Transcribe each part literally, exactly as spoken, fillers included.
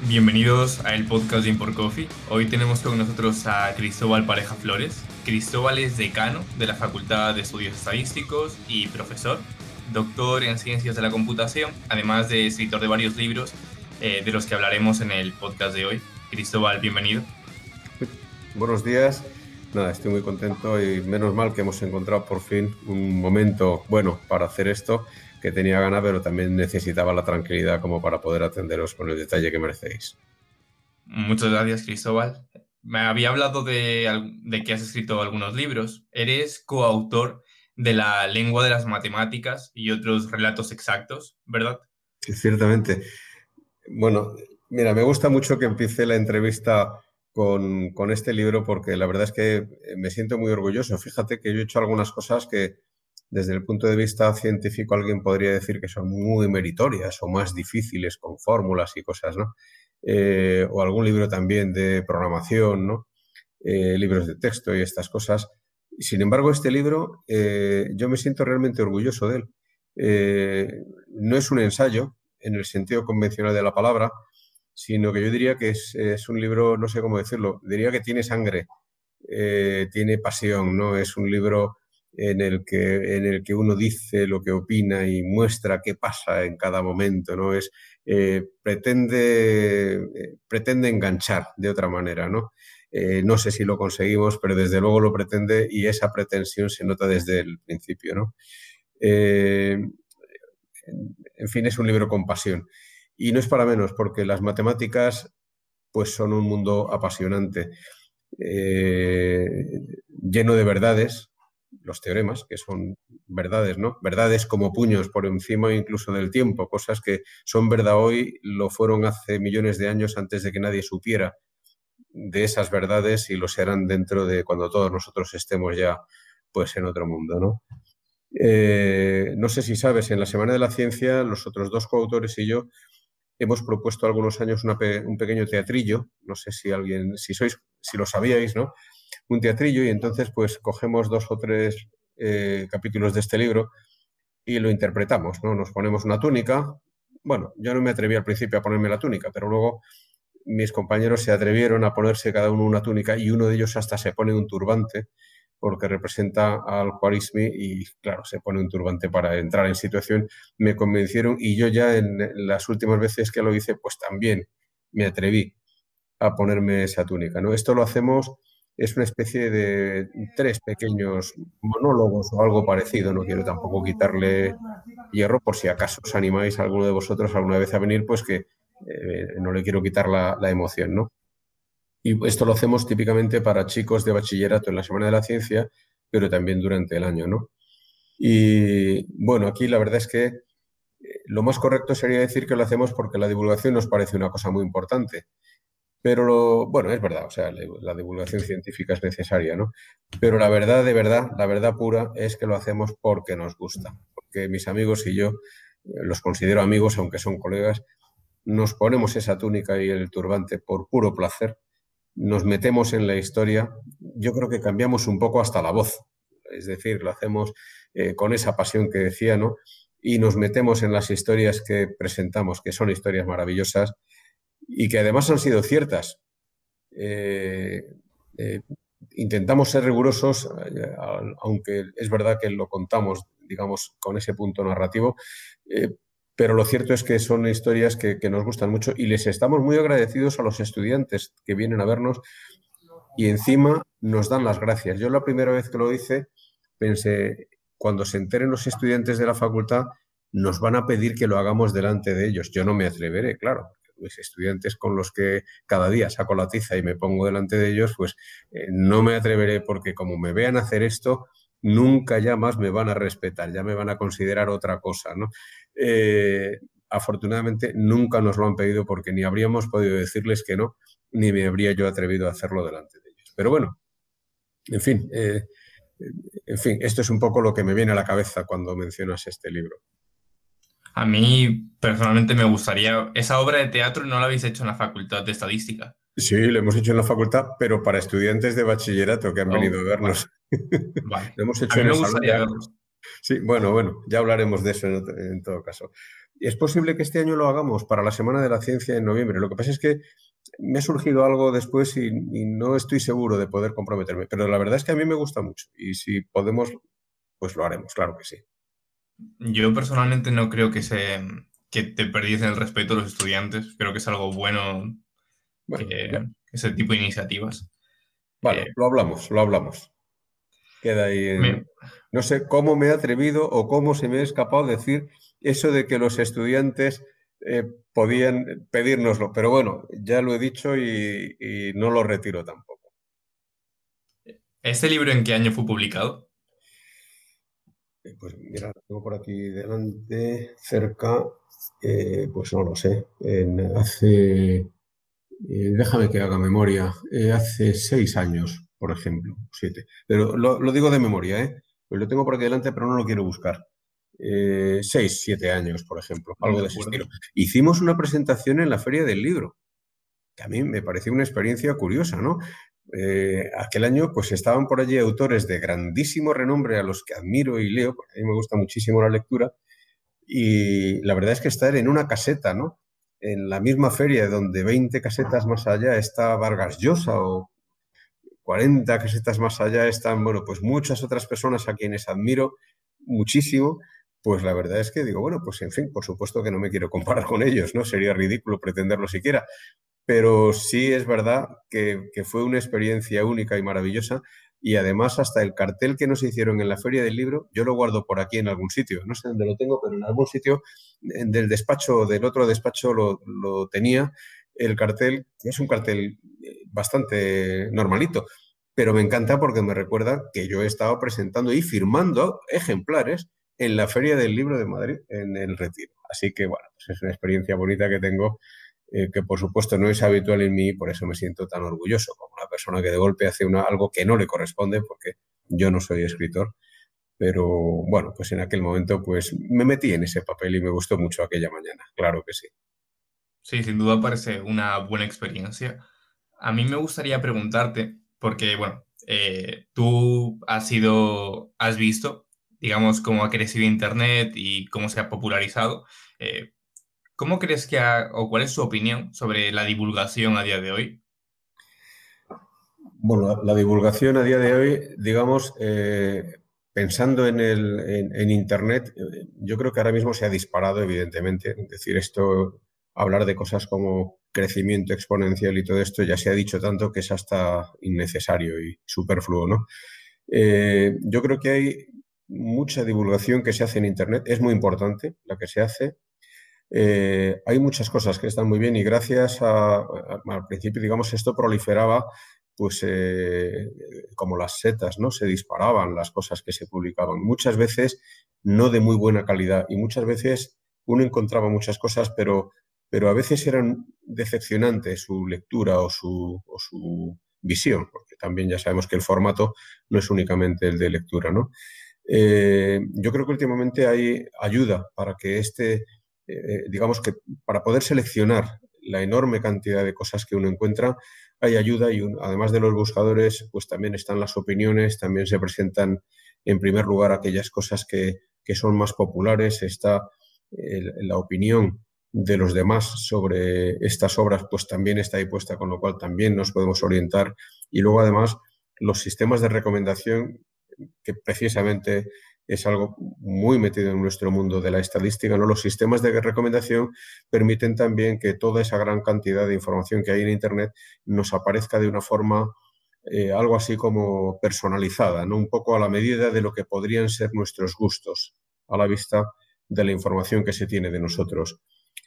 Bienvenidos a el podcast de Import Coffee. Hoy tenemos con nosotros a Cristóbal Pareja Flores. Cristóbal es decano de la Facultad de Estudios Estadísticos y profesor, doctor en Ciencias de la Computación, además de escritor de varios libros eh, de los que hablaremos en el podcast de hoy. Cristóbal, bienvenido. Buenos días. Nada, estoy muy contento y menos mal que hemos encontrado por fin un momento bueno para hacer esto, que tenía ganas, pero también necesitaba la tranquilidad como para poder atenderos con el detalle que merecéis. Muchas gracias, Cristóbal. Me había hablado de, de que has escrito algunos libros. Eres coautor de La lengua de las matemáticas y otros relatos exactos, ¿verdad? Sí, ciertamente. Bueno, mira, me gusta mucho que empiece la entrevista con, con este libro porque la verdad es que me siento muy orgulloso. Fíjate que yo he hecho algunas cosas que desde el punto de vista científico alguien podría decir que son muy meritorias o más difíciles con fórmulas y cosas, ¿no? Eh, o algún libro también de programación, ¿no? Eh, libros de texto y estas cosas. Sin embargo, este libro eh, yo me siento realmente orgulloso de él. Eh, no es un ensayo en el sentido convencional de la palabra, sino que yo diría que es, es un libro, no sé cómo decirlo, diría que tiene sangre, eh, tiene pasión, ¿no? Es un libro en el que, en el que uno dice lo que opina y muestra qué pasa en cada momento, ¿no? Es, eh, pretende, eh, pretende enganchar de otra manera, ¿no? Eh, no sé si lo conseguimos, pero desde luego lo pretende y esa pretensión se nota desde el principio, ¿no? Eh, en fin, es un libro con pasión. Y no es para menos, porque las matemáticas pues son un mundo apasionante, eh, lleno de verdades, los teoremas, que son verdades, ¿no? Verdades como puños por encima incluso del tiempo, cosas que son verdad hoy, lo fueron hace millones de años antes de que nadie supiera de esas verdades y lo serán dentro de cuando todos nosotros estemos ya pues en otro mundo, ¿no? Eh, no sé si sabes, en la Semana de la Ciencia, los otros dos coautores y yo hemos propuesto algunos años una pe un pequeño teatrillo, no sé si alguien, si sois, si lo sabíais, ¿no? Un teatrillo y entonces pues cogemos dos o tres eh, capítulos de este libro y lo interpretamos, ¿no? Nos ponemos una túnica. Bueno, yo no me atreví al principio a ponerme la túnica, pero luego mis compañeros se atrevieron a ponerse cada uno una túnica y uno de ellos hasta se pone un turbante porque representa al Khwarizmi y, claro, se pone un turbante para entrar en situación. Me convencieron y yo ya en las últimas veces que lo hice, pues también me atreví a ponerme esa túnica, ¿no? Esto lo hacemos, es una especie de tres pequeños monólogos o algo parecido, no quiero tampoco quitarle hierro por si acaso os animáis alguno de vosotros alguna vez a venir, pues que eh, no le quiero quitar la, la emoción, ¿no? Y esto lo hacemos típicamente para chicos de bachillerato en la Semana de la Ciencia, pero también durante el año, ¿no? Y bueno, aquí la verdad es que eh, lo más correcto sería decir que lo hacemos porque la divulgación nos parece una cosa muy importante. Pero lo, bueno, es verdad, o sea, la, la divulgación científica es necesaria, ¿no? Pero la verdad, de verdad, la verdad pura es que lo hacemos porque nos gusta. Porque mis amigos y yo, eh, los considero amigos, aunque son colegas, nos ponemos esa túnica y el turbante por puro placer, nos metemos en la historia, yo creo que cambiamos un poco hasta la voz, es decir, lo hacemos eh, con esa pasión que decía, ¿no? Y nos metemos en las historias que presentamos, que son historias maravillosas y que además han sido ciertas. Eh, eh, intentamos ser rigurosos, eh, aunque es verdad que lo contamos, digamos, con ese punto narrativo, eh, pero lo cierto es que son historias que, que nos gustan mucho y les estamos muy agradecidos a los estudiantes que vienen a vernos y encima nos dan las gracias. Yo la primera vez que lo hice pensé, cuando se enteren los estudiantes de la facultad, nos van a pedir que lo hagamos delante de ellos. Yo no me atreveré, claro. Mis estudiantes con los que cada día saco la tiza y me pongo delante de ellos, pues eh, no me atreveré porque como me vean hacer esto, nunca ya más me van a respetar, ya me van a considerar otra cosa, ¿no? Eh, afortunadamente nunca nos lo han pedido porque ni habríamos podido decirles que no, ni me habría yo atrevido a hacerlo delante de ellos. Pero bueno, en fin, eh, en fin, esto es un poco lo que me viene a la cabeza cuando mencionas este libro. A mí personalmente me gustaría, esa obra de teatro no la habéis hecho en la Facultad de Estadística. Sí, lo hemos hecho en la facultad, pero para estudiantes de bachillerato que han venido Oh, a vale, vernos. vale. Lo hemos A hecho mí en me el salón de gustaría actos. verlo. Sí, bueno, bueno, ya hablaremos de eso en, ot- en todo caso. Y es posible que este año lo hagamos para la Semana de la Ciencia en noviembre. Lo que pasa es que me ha surgido algo después y, y no estoy seguro de poder comprometerme, pero la verdad es que a mí me gusta mucho y si podemos, pues lo haremos, claro que sí. Yo personalmente no creo que se, que te perdiesen el respeto a los estudiantes. Creo que es algo bueno Bueno, ya, que ese tipo de iniciativas. vale, Eh, lo hablamos, lo hablamos. Queda ahí en... me- No sé cómo me he atrevido o cómo se me ha escapado decir eso de que los estudiantes eh, podían pedírnoslo, pero bueno, ya lo he dicho y, y no lo retiro tampoco. ¿Este libro en qué año fue publicado? Eh, Pues mira, lo tengo por aquí delante, cerca, eh, pues no lo sé, en hace, eh, déjame que haga memoria, eh, hace seis años, por ejemplo, siete. Pero lo, lo digo de memoria, ¿eh? Pues lo tengo por aquí delante, pero no lo quiero buscar. Eh, seis, siete años, por ejemplo, algo De de ese acuerdo. estilo. Hicimos una presentación en la Feria del Libro, que a mí me pareció una experiencia curiosa, ¿no? Eh, aquel año, pues estaban por allí autores de grandísimo renombre a los que admiro y leo, porque a mí me gusta muchísimo la lectura, y la verdad es que estar en una caseta, ¿no? En la misma feria donde veinte casetas más allá está Vargas Llosa o cuarenta casetas más allá están, bueno, pues muchas otras personas a quienes admiro muchísimo, pues la verdad es que digo, bueno, pues en fin, por supuesto que no me quiero comparar con ellos, ¿no? Sería ridículo pretenderlo siquiera, pero sí es verdad que, que fue una experiencia única y maravillosa y además hasta el cartel que nos hicieron en la Feria del Libro, yo lo guardo por aquí en algún sitio, no sé dónde lo tengo, pero en algún sitio en- del despacho, del otro despacho lo, lo tenía el cartel, que es un cartel eh, bastante normalito, pero me encanta porque me recuerda que yo he estado presentando y firmando ejemplares en la Feria del Libro de Madrid, en el Retiro. Así que, bueno, pues es una experiencia bonita que tengo eh, que por supuesto no es habitual en mí y por eso me siento tan orgulloso, como una persona que de golpe hace una, algo que no le corresponde, porque yo no soy escritor, pero bueno, pues en aquel momento pues me metí en ese papel y me gustó mucho aquella mañana, claro que sí. Sí, sin duda parece una buena experiencia. A mí me gustaría preguntarte, porque, bueno, eh, tú has sido, has visto, digamos, cómo ha crecido Internet y cómo se ha popularizado. Eh, ¿Cómo crees que ha, o cuál es su opinión sobre la divulgación a día de hoy? Bueno, la, la divulgación a día de hoy, digamos, eh, pensando en, el, en, en Internet, eh, yo creo que ahora mismo se ha disparado, evidentemente. Es decir, esto, hablar de cosas como crecimiento exponencial y todo esto ya se ha dicho tanto que es hasta innecesario y superfluo, ¿no? Eh, yo creo que hay mucha divulgación que se hace en Internet, es muy importante la que se hace. Eh, hay muchas cosas que están muy bien y gracias a, a- al principio, digamos, esto proliferaba, pues eh, como las setas, ¿no? Se disparaban las cosas que se publicaban, muchas veces no de muy buena calidad y muchas veces uno encontraba muchas cosas, pero, pero a veces eran decepcionantes su lectura o su, o su visión, porque también ya sabemos que el formato no es únicamente el de lectura, ¿no? Eh, yo creo que últimamente hay ayuda para que este, eh, digamos que para poder seleccionar la enorme cantidad de cosas que uno encuentra, hay ayuda y un- además de los buscadores, pues también están las opiniones, también se presentan en primer lugar aquellas cosas que, que son más populares, está el- la opinión de los demás sobre estas obras, pues también está ahí puesta, con lo cual también nos podemos orientar. Y luego además los sistemas de recomendación que precisamente es algo muy metido en nuestro mundo de la estadística, ¿no? Los sistemas de recomendación permiten también que toda esa gran cantidad de información que hay en Internet nos aparezca de una forma eh, algo así como personalizada, ¿no? Un poco a la medida de lo que podrían ser nuestros gustos a la vista de la información que se tiene de nosotros.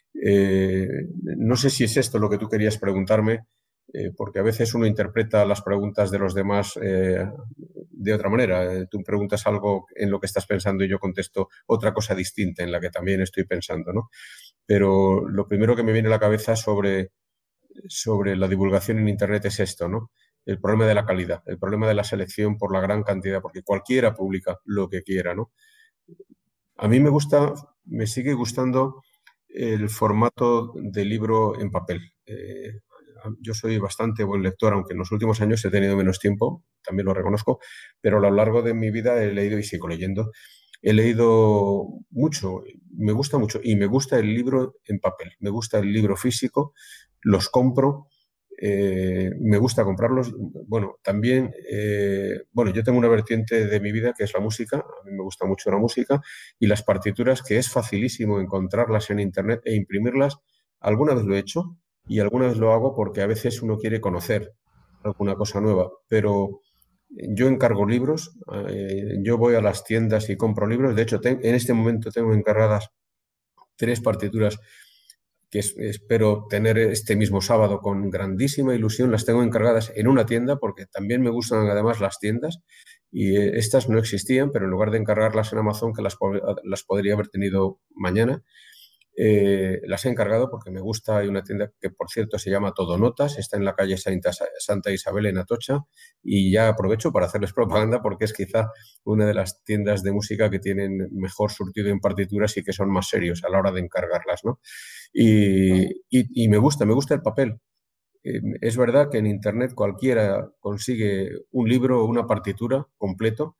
Eh, no sé si es esto lo que tú querías preguntarme, eh, porque a veces uno interpreta las preguntas de los demás eh, de otra manera. Eh, tú preguntas algo en lo que estás pensando y yo contesto otra cosa distinta en la que también estoy pensando, ¿no? Pero lo primero que me viene a la cabeza sobre, sobre la divulgación en Internet es esto, ¿no? El problema de la calidad, el problema de la selección por la gran cantidad, porque cualquiera publica lo que quiera, ¿no? A mí me gusta, me sigue gustando el formato de libro en papel. Eh, yo soy bastante buen lector, aunque en los últimos años he tenido menos tiempo, también lo reconozco, pero a lo largo de mi vida he leído y sigo leyendo. he leído mucho, me gusta mucho y me gusta el libro en papel, me gusta el libro físico, los compro. Eh, me gusta comprarlos. Bueno, también, eh, bueno, yo tengo una vertiente de mi vida que es la música. A mí me gusta mucho la música y las partituras, que es facilísimo encontrarlas en internet e imprimirlas. Alguna vez lo he hecho y alguna vez lo hago porque a veces uno quiere conocer alguna cosa nueva, pero yo encargo libros, eh, yo voy a las tiendas y compro libros. De hecho, te- en este momento tengo encargadas tres partituras que es- espero tener este mismo sábado con grandísima ilusión. Las tengo encargadas en una tienda porque también me gustan además las tiendas y eh, estas no existían, pero en lugar de encargarlas en Amazon, que las, po- las podría haber tenido mañana, eh, las he encargado porque me gusta. Hay una tienda que, por cierto, se llama Todo Notas, está en la calle Santa, Santa Isabel en Atocha, y ya aprovecho para hacerles propaganda porque es quizá una de las tiendas de música que tienen mejor surtido en partituras y que son más serios a la hora de encargarlas, ¿no? Y, y- y me gusta, me gusta el papel. Eh, es verdad que en Internet cualquiera consigue un libro o una partitura completo.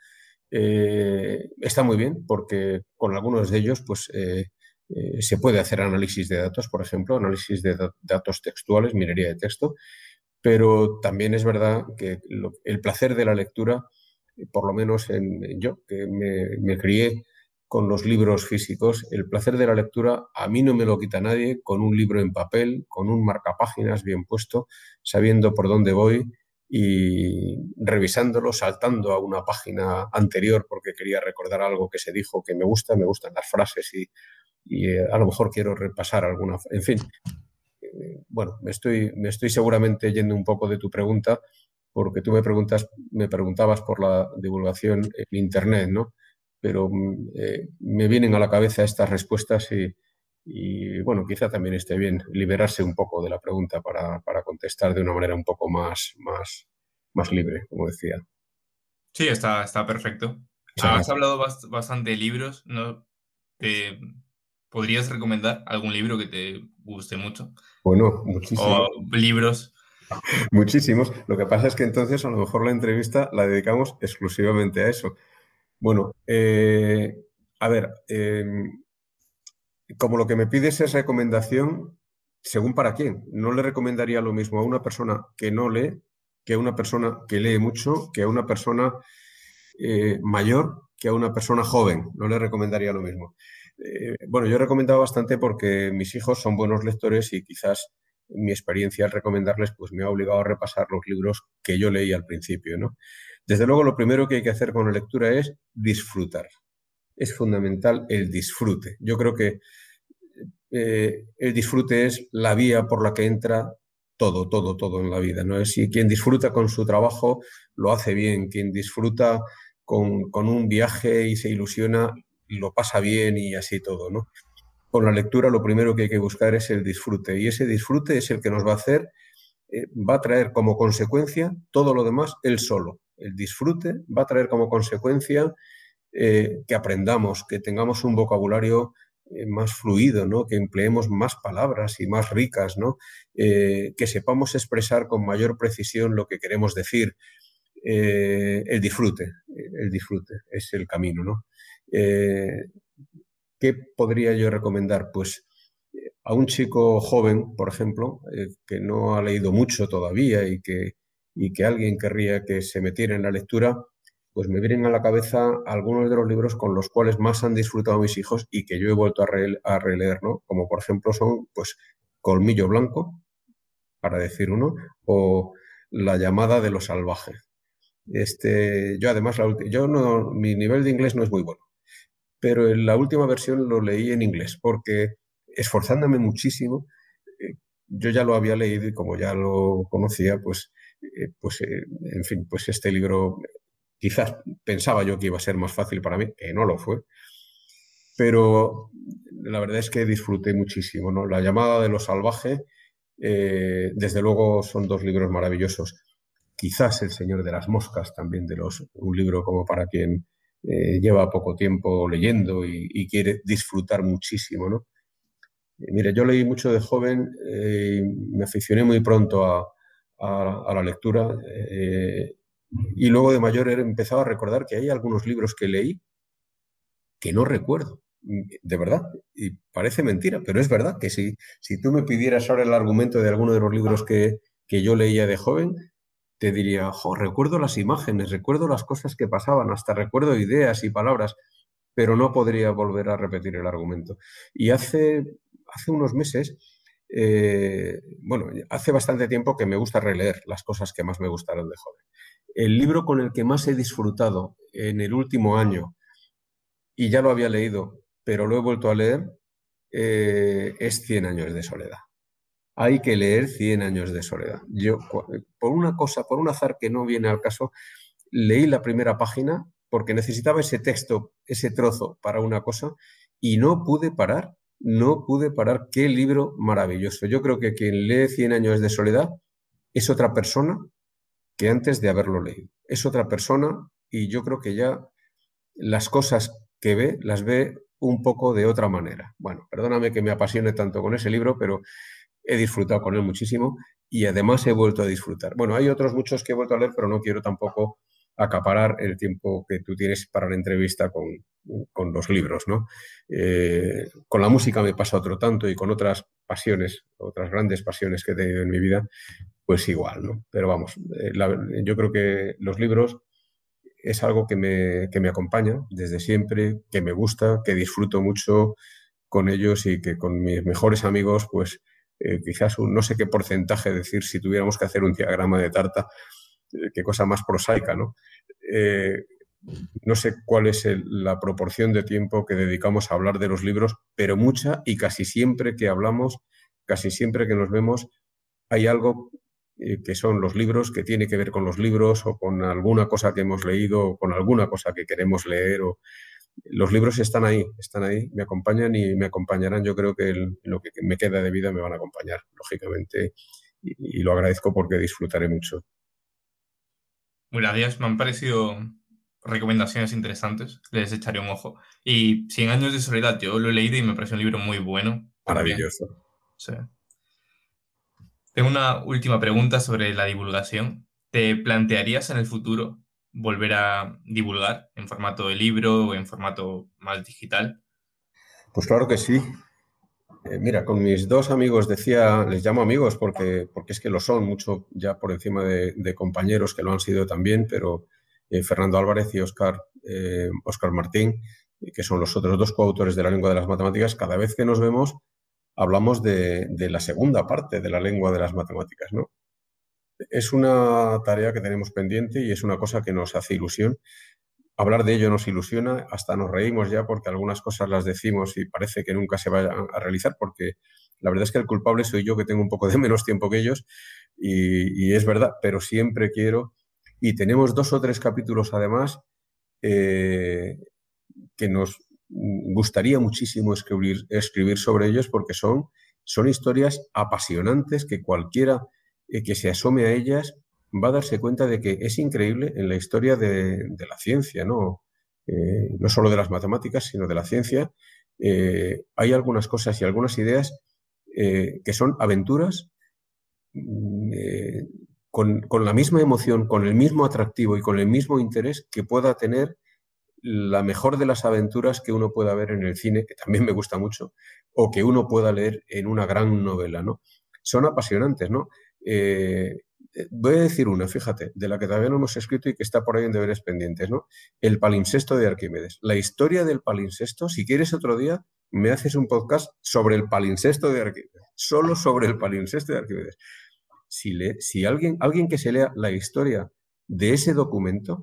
Eh, está muy bien porque con algunos de ellos pues, eh, eh, se puede hacer análisis de datos, por ejemplo, análisis de da- datos textuales, minería de texto, pero también es verdad que lo- el placer de la lectura, eh, por lo menos en, en yo, que me, me crié con los libros físicos, el placer de la lectura a mí no me lo quita nadie con un libro en papel, con un marcapáginas bien puesto, sabiendo por dónde voy y revisándolo, saltando a una página anterior porque quería recordar algo que se dijo que me gusta, me gustan las frases y, y eh, a lo mejor quiero repasar alguna. En fin, eh, bueno, me estoy, me estoy seguramente yendo un poco de tu pregunta, porque tú me preguntas, me preguntabas por la divulgación en Internet, ¿no? Pero mm, eh, me vienen a la cabeza estas respuestas y, y, bueno, quizá también esté bien liberarse un poco de la pregunta para, para contestar de una manera un poco más, más, más libre, como decía. Sí, está, está perfecto. Muchas Has gracias. hablado bast- bastante de libros, ¿no? ¿Te podrías recomendar algún libro que te guste mucho? Bueno, O muchísimo. libros. Muchísimos. Lo que pasa es que entonces a lo mejor la entrevista la dedicamos exclusivamente a eso. Bueno, eh, a ver, eh, como lo que me pides es recomendación, según para quién. No le recomendaría lo mismo a una persona que no lee, que a una persona que lee mucho, que a una persona eh, mayor, que a una persona joven. No le recomendaría lo mismo. Eh, bueno, yo he recomendado bastante porque mis hijos son buenos lectores y quizás mi experiencia al recomendarles pues me ha obligado a repasar los libros que yo leí al principio, ¿no? Desde luego, lo primero que hay que hacer con la lectura es disfrutar. Es fundamental el disfrute. Yo creo que eh, el disfrute es la vía por la que entra todo, todo, todo en la vida, ¿no? Es si quien disfruta con su trabajo lo hace bien, quien disfruta con, con un viaje y se ilusiona lo pasa bien y así todo, ¿no? Con la lectura lo primero que hay que buscar es el disfrute y ese disfrute es el que nos va a hacer, eh, va a traer como consecuencia todo lo demás él solo. El disfrute va a traer como consecuencia eh, que aprendamos, que tengamos un vocabulario eh, más fluido, ¿no? Que empleemos más palabras y más ricas, ¿no? Eh, que sepamos expresar con mayor precisión lo que queremos decir. Eh, el disfrute, el disfrute es el camino, ¿no? Eh, ¿Qué podría yo recomendar? Pues eh, a un chico joven, por ejemplo, eh, que no ha leído mucho todavía y que, y que alguien querría que se metiera en la lectura, pues me vienen a la cabeza algunos de los libros con los cuales más han disfrutado mis hijos y que yo he vuelto a, re a releer, ¿no? Como por ejemplo son, pues, Colmillo Blanco, para decir uno, o La llamada de lo salvaje. Este, yo además, la yo no, mi nivel de inglés no es muy bueno, pero en la última versión lo leí en inglés porque esforzándome muchísimo, eh, yo ya lo había leído y como ya lo conocía, pues, eh, pues eh, en fin, pues este libro quizás pensaba yo que iba a ser más fácil para mí, que no lo fue, pero la verdad es que disfruté muchísimo, ¿no? La llamada de lo salvaje, eh, desde luego son dos libros maravillosos. Quizás El Señor de las Moscas también, de los, un libro como para quien eh, lleva poco tiempo leyendo y, y quiere disfrutar muchísimo, ¿no? Eh, mire, yo leí mucho de joven, eh, y me aficioné muy pronto a, a- a la lectura, eh, y luego de mayor he empezado a recordar que hay algunos libros que leí que no recuerdo. De verdad, y parece mentira, pero es verdad que si, si tú me pidieras ahora el argumento de alguno de los libros que, que yo leía de joven, te diría, jo, recuerdo las imágenes, recuerdo las cosas que pasaban, hasta recuerdo ideas y palabras, pero no podría volver a repetir el argumento. Y hace, hace unos meses, eh, bueno, hace bastante tiempo que me gusta releer las cosas que más me gustaron de joven. El libro con el que más he disfrutado en el último año, y ya lo había leído, pero lo he vuelto a leer, eh, es Cien años de soledad. Hay que leer Cien años de soledad. Yo, por una cosa, por un azar que no viene al caso, leí la primera página porque necesitaba ese texto, ese trozo para una cosa y no pude parar, no pude parar. Qué libro maravilloso. Yo creo que quien lee Cien años de soledad es otra persona que antes de haberlo leído. Es otra persona y yo creo que ya las cosas que ve, las ve un poco de otra manera. Bueno, perdóname que me apasione tanto con ese libro, pero he disfrutado con él muchísimo y además he vuelto a disfrutar. Bueno, hay otros muchos que he vuelto a leer, pero no quiero tampoco acaparar el tiempo que tú tienes para la entrevista con, con los libros, ¿no? Eh, con la música me pasa otro tanto y con otras pasiones, otras grandes pasiones que he tenido en mi vida, pues igual, ¿no? Pero vamos, eh, la, yo creo que los libros es algo que me, que me acompaña desde siempre, que me gusta, que disfruto mucho con ellos y que con mis mejores amigos, pues eh, quizás un, no sé qué porcentaje decir si tuviéramos que hacer un diagrama de tarta, eh, qué cosa más prosaica, ¿no? Eh, no sé cuál es el, la proporción de tiempo que dedicamos a hablar de los libros, pero mucha y casi siempre que hablamos, casi siempre que nos vemos, hay algo eh, que son los libros, que tiene que ver con los libros o con alguna cosa que hemos leído o con alguna cosa que queremos leer. O... Los libros están ahí, están ahí, me acompañan y me acompañarán. Yo creo que el, lo que me queda de vida me van a acompañar, lógicamente, y, y lo agradezco porque disfrutaré mucho. Muy gracias, me han parecido recomendaciones interesantes, les echaré un ojo. Y Cien años de soledad, yo lo he leído y me parece un libro muy bueno también. Maravilloso. Sí. Tengo una última pregunta sobre la divulgación. ¿Te plantearías en el futuro volver a divulgar en formato de libro o en formato más digital? Pues claro que sí. Eh, mira, con mis dos amigos decía, les llamo amigos porque, porque es que lo son mucho ya por encima de, de compañeros que lo han sido también, pero eh, Fernando Álvarez y Óscar eh, Óscar Martín, que son los otros dos coautores de la lengua de las matemáticas, cada vez que nos vemos hablamos de, de la segunda parte de la lengua de las matemáticas, ¿no? Es una tarea que tenemos pendiente y es una cosa que nos hace ilusión. Hablar de ello nos ilusiona, hasta nos reímos ya porque algunas cosas las decimos y parece que nunca se vayan a realizar, porque la verdad es que el culpable soy yo, que tengo un poco de menos tiempo que ellos, y, y es verdad, pero siempre quiero, y tenemos dos o tres capítulos además eh, que nos gustaría muchísimo escribir, escribir sobre ellos porque son, son historias apasionantes que cualquiera eh, que se asome a ellas va a darse cuenta de que es increíble en la historia de, de la ciencia, ¿no? Eh, no solo de las matemáticas, sino de la ciencia. Eh, hay algunas cosas y algunas ideas eh, que son aventuras eh, con, con la misma emoción, con el mismo atractivo y con el mismo interés que pueda tener la mejor de las aventuras que uno pueda ver en el cine, que también me gusta mucho, o que uno pueda leer en una gran novela, ¿no? Son apasionantes, ¿no? Eh, voy a decir una, fíjate, de la que todavía no hemos escrito y que está por ahí en deberes pendientes, ¿no? El palimpsesto de Arquímedes. La historia del palimpsesto, si quieres otro día, me haces un podcast sobre el palimpsesto de Arquímedes, solo sobre el palimpsesto de Arquímedes. Si, le, si alguien, alguien que se lea la historia de ese documento,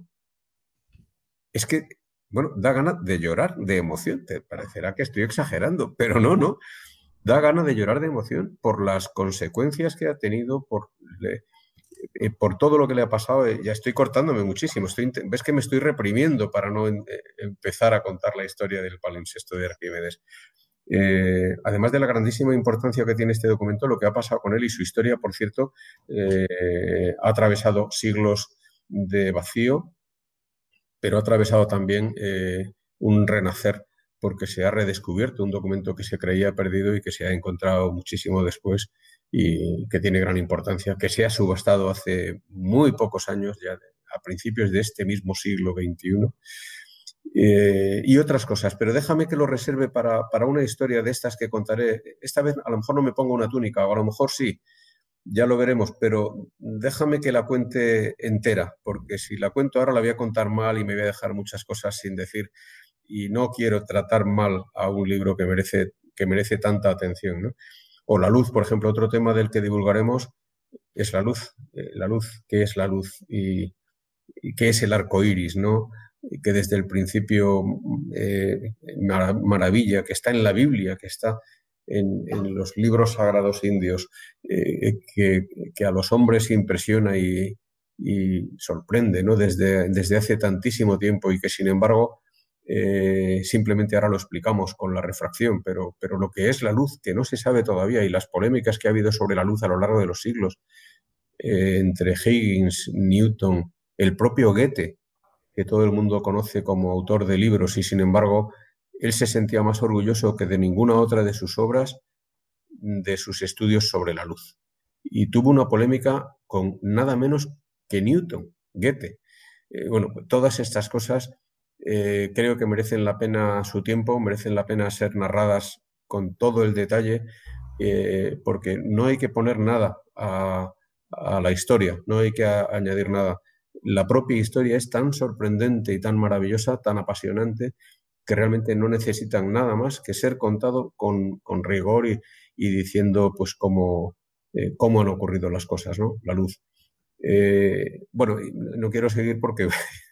es que, bueno, da ganas de llorar de emoción. Te parecerá que estoy exagerando, pero no, no. Da ganas de llorar de emoción por las consecuencias que ha tenido, por, le, eh, por todo lo que le ha pasado. Ya estoy cortándome muchísimo. Estoy, ves que me estoy reprimiendo para no en, eh, empezar a contar la historia del palimpsesto de Arquímedes. Eh, además de la grandísima importancia que tiene este documento, lo que ha pasado con él y su historia, por cierto, eh, ha atravesado siglos de vacío, pero ha atravesado también eh, un renacer porque se ha redescubierto un documento que se creía perdido y que se ha encontrado muchísimo después y que tiene gran importancia, que se ha subastado hace muy pocos años, ya a principios de este mismo siglo veintiuno, eh, y otras cosas, pero déjame que lo reserve para, para una historia de estas que contaré. Esta vez a lo mejor no me pongo una túnica, o a lo mejor sí, ya lo veremos, pero déjame que la cuente entera, porque si la cuento ahora la voy a contar mal y me voy a dejar muchas cosas sin decir, y no quiero tratar mal a un libro que merece, que merece tanta atención, ¿no? O la luz, por ejemplo, otro tema del que divulgaremos es la luz. Eh, la luz, ¿qué es la luz? Y, y qué es el arco iris, ¿no? Y que desde el principio eh, mar maravilla, que está en la Biblia, que está en, en los libros sagrados indios, eh, que, que, a los hombres impresiona y, y sorprende, ¿no? Desde, desde hace tantísimo tiempo y que, sin embargo, eh, simplemente ahora lo explicamos con la refracción, pero, pero lo que es la luz, que no se sabe todavía, y las polémicas que ha habido sobre la luz a lo largo de los siglos, eh, entre Higgins, Newton, el propio Goethe, que todo el mundo conoce como autor de libros, y sin embargo él se sentía más orgulloso que de ninguna otra de sus obras de sus estudios sobre la luz. Y tuvo una polémica con nada menos que Newton, Goethe. Eh, bueno, todas estas cosas eh, creo que merecen la pena su tiempo, merecen la pena ser narradas con todo el detalle, eh, porque no hay que poner nada a, a la historia, no hay que a, añadir nada. La propia historia es tan sorprendente y tan maravillosa, tan apasionante, que realmente no necesitan nada más que ser contado con, con rigor y, y diciendo pues cómo, eh, cómo han ocurrido las cosas, ¿no? La luz. Eh, bueno, no quiero seguir porque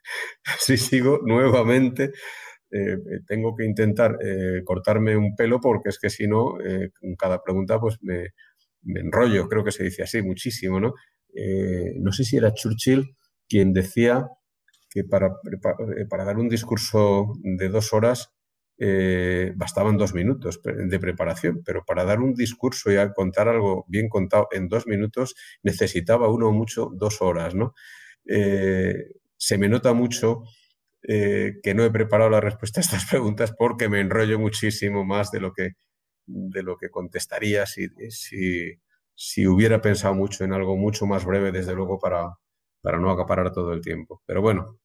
si sigo nuevamente eh, tengo que intentar eh, cortarme un pelo, porque es que si no, eh, en cada pregunta pues me, me enrollo, creo que se dice así muchísimo, ¿no? Eh, no sé si era Churchill quien decía que para, para dar un discurso de dos horas eh, bastaban dos minutos de preparación, pero para dar un discurso y a contar algo bien contado en dos minutos necesitaba uno mucho dos horas, ¿no? Eh, se me nota mucho eh, que no he preparado la respuesta a estas preguntas porque me enrollo muchísimo más de lo que, de lo que contestaría si, si, si hubiera pensado mucho en algo mucho más breve, desde luego, para, para no acaparar todo el tiempo. Pero bueno.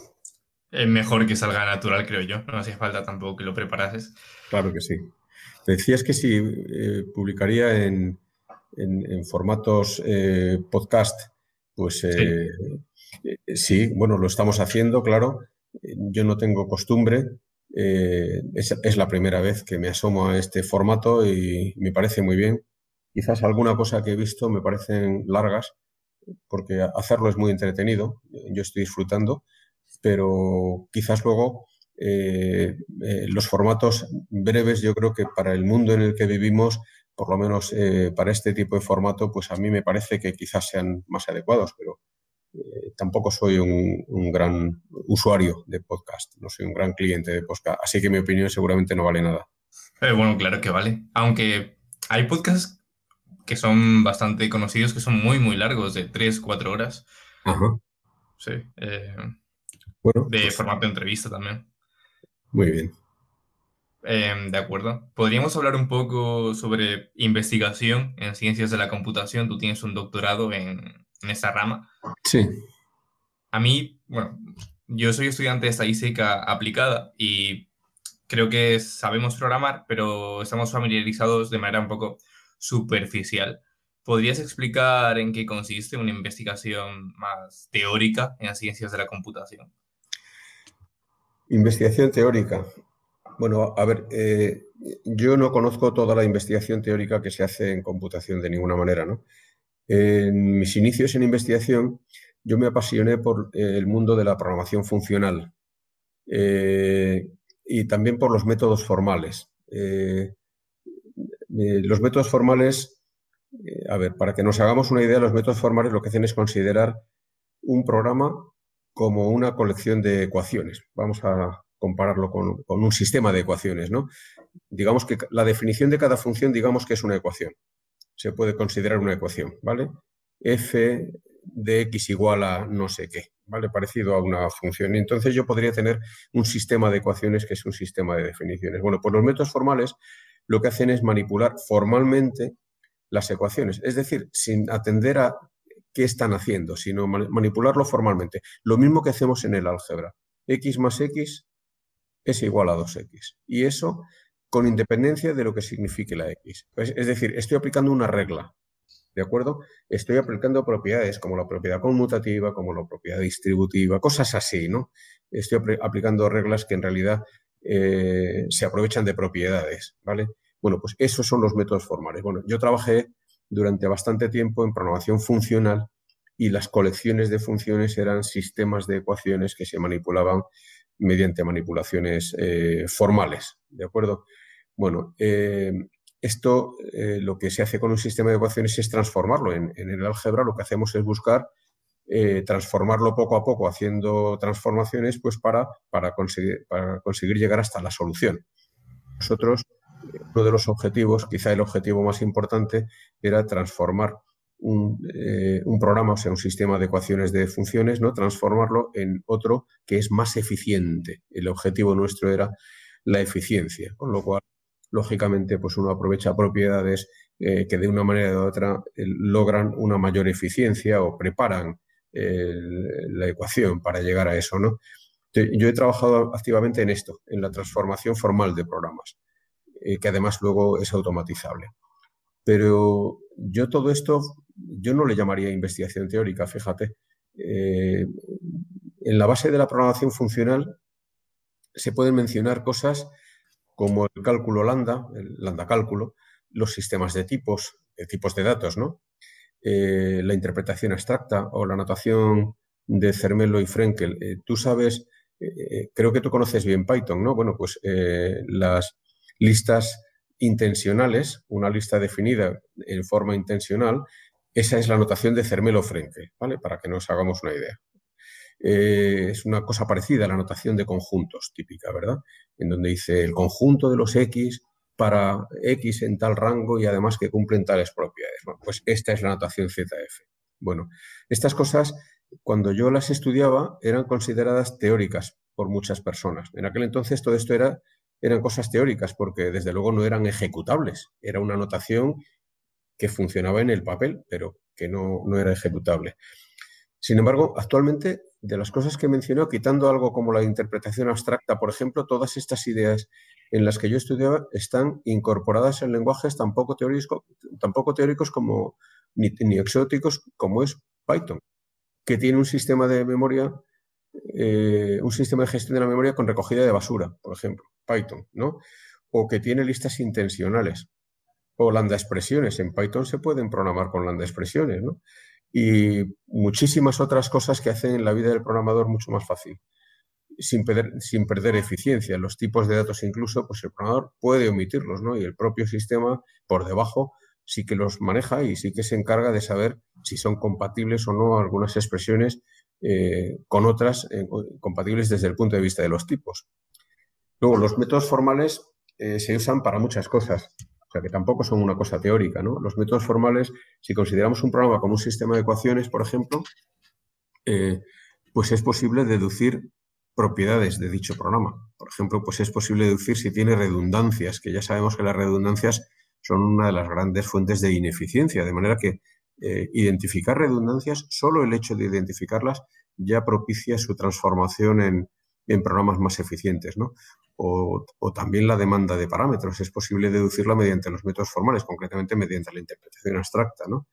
Es mejor que salga natural, creo yo. No hacía falta tampoco que lo preparases. Claro que sí. Decías que si eh, publicaría en, en, en formatos eh, podcast, pues eh, Sí. eh, sí, bueno, lo estamos haciendo, claro. Yo no tengo costumbre. Eh, es, es la primera vez que me asomo a este formato y me parece muy bien. Quizás alguna cosa que he visto me parecen largas, porque hacerlo es muy entretenido. Yo estoy disfrutando, pero quizás luego eh, eh, los formatos breves, yo creo que para el mundo en el que vivimos, por lo menos eh, para este tipo de formato, pues a mí me parece que quizás sean más adecuados, pero eh, tampoco soy un, un gran usuario de podcast, no soy un gran cliente de podcast, así que mi opinión seguramente no vale nada. Eh, bueno, claro que vale. Aunque hay podcasts que son bastante conocidos, que son muy, muy largos, de tres cuatro horas. Ajá. Sí. Eh, Bueno, de pues formato de entrevista también. muy bien. Eh, de acuerdo. Podríamos hablar un poco sobre investigación en ciencias de la computación. Tú tienes un doctorado en, en esa rama. Sí. A mí, bueno, yo soy estudiante de estadística aplicada y creo que sabemos programar, pero estamos familiarizados de manera un poco superficial. ¿Podrías explicar en qué consiste una investigación más teórica en ciencias de la computación? Investigación teórica. Bueno, a ver, eh, yo no conozco toda la investigación teórica que se hace en computación de ninguna manera, ¿no? En mis inicios en investigación, yo me apasioné por eh, el mundo de la programación funcional eh, y también por los métodos formales. Eh, eh, los métodos formales, eh, a ver, para que nos hagamos una idea, los métodos formales lo que hacen es considerar un programa como una colección de ecuaciones. Vamos a compararlo con, con un sistema de ecuaciones, ¿no? Digamos que la definición de cada función, digamos que es una ecuación. Se puede considerar una ecuación, ¿vale? F de x igual a no sé qué, ¿vale? Parecido a una función. Y entonces yo podría tener un sistema de ecuaciones que es un sistema de definiciones. Bueno, pues los métodos formales lo que hacen es manipular formalmente las ecuaciones, es decir, sin atender a qué están haciendo, sino manipularlo formalmente. Lo mismo que hacemos en el álgebra. X más X es igual a dos equis. Y eso con independencia de lo que signifique la X. Es, es decir, estoy aplicando una regla, ¿de acuerdo? Estoy aplicando propiedades como la propiedad conmutativa, como la propiedad distributiva, cosas así, ¿no? Estoy aplicando reglas que en realidad eh, se aprovechan de propiedades, ¿vale? Bueno, pues esos son los métodos formales. Bueno, yo trabajé durante bastante tiempo en programación funcional y las colecciones de funciones eran sistemas de ecuaciones que se manipulaban mediante manipulaciones eh, formales, ¿de acuerdo? Bueno, eh, esto eh, lo que se hace con un sistema de ecuaciones es transformarlo. En, en el álgebra lo que hacemos es buscar eh, transformarlo poco a poco, haciendo transformaciones pues para, para, conseguir, para conseguir llegar hasta la solución. Nosotros, uno de los objetivos, quizá el objetivo más importante, era transformar un, eh, un programa, o sea, un sistema de ecuaciones de funciones, ¿no? Transformarlo en otro que es más eficiente. El objetivo nuestro era la eficiencia, con lo cual, lógicamente, pues uno aprovecha propiedades eh, que de una manera u otra eh, logran una mayor eficiencia o preparan eh, la ecuación para llegar a eso, ¿no? Yo he trabajado activamente en esto, en la transformación formal de programas, eh, que además luego es automatizable. Pero yo todo esto, yo no le llamaría investigación teórica, fíjate. Eh, en la base de la programación funcional se pueden mencionar cosas como el cálculo lambda, el lambda cálculo, los sistemas de tipos, de tipos de datos, ¿no? Eh, la interpretación abstracta o la notación de Zermelo y Frenkel. Eh, tú sabes, eh, creo que tú conoces bien Python, ¿no? Bueno, pues eh, las listas intencionales, una lista definida en forma intencional, esa es la notación de Zermelo-Frenkel, ¿vale? Para que nos hagamos una idea. Eh, es una cosa parecida a la notación de conjuntos típica, ¿verdad? En donde dice el conjunto de los X para X en tal rango y además que cumplen tales propiedades. Bueno, pues esta es la notación Z F. Bueno, estas cosas, cuando yo las estudiaba, eran consideradas teóricas por muchas personas. En aquel entonces todo esto era, eran cosas teóricas porque desde luego no eran ejecutables. Era una notación que funcionaba en el papel, pero que no, no era ejecutable. Sin embargo, actualmente, de las cosas que mencionó, quitando algo como la interpretación abstracta, por ejemplo, todas estas ideas en las que yo estudiaba están incorporadas en lenguajes tan poco teóricos, tan poco teóricos como, ni, ni exóticos como es Python, que tiene un sistema de memoria, eh, un sistema de gestión de la memoria con recogida de basura, por ejemplo, Python, ¿no? O que tiene listas intencionales, o lambda expresiones. En Python se pueden programar con lambda expresiones, ¿no? Y muchísimas otras cosas que hacen la vida del programador mucho más fácil, sin perder, sin perder eficiencia. Los tipos de datos incluso, pues el programador puede omitirlos, ¿no? Y el propio sistema por debajo sí que los maneja y sí que se encarga de saber si son compatibles o no algunas expresiones eh, con otras eh, compatibles desde el punto de vista de los tipos. Luego, los métodos formales eh, se usan para muchas cosas. O sea, que tampoco son una cosa teórica, ¿no? Los métodos formales, si consideramos un programa como un sistema de ecuaciones, por ejemplo, eh, pues es posible deducir propiedades de dicho programa. Por ejemplo, pues es posible deducir si tiene redundancias, que ya sabemos que las redundancias son una de las grandes fuentes de ineficiencia, de manera que eh, identificar redundancias, solo el hecho de identificarlas ya propicia su transformación en, en programas más eficientes, ¿no? O, o también la demanda de parámetros. Es posible deducirla mediante los métodos formales, concretamente mediante la interpretación abstracta, ¿no?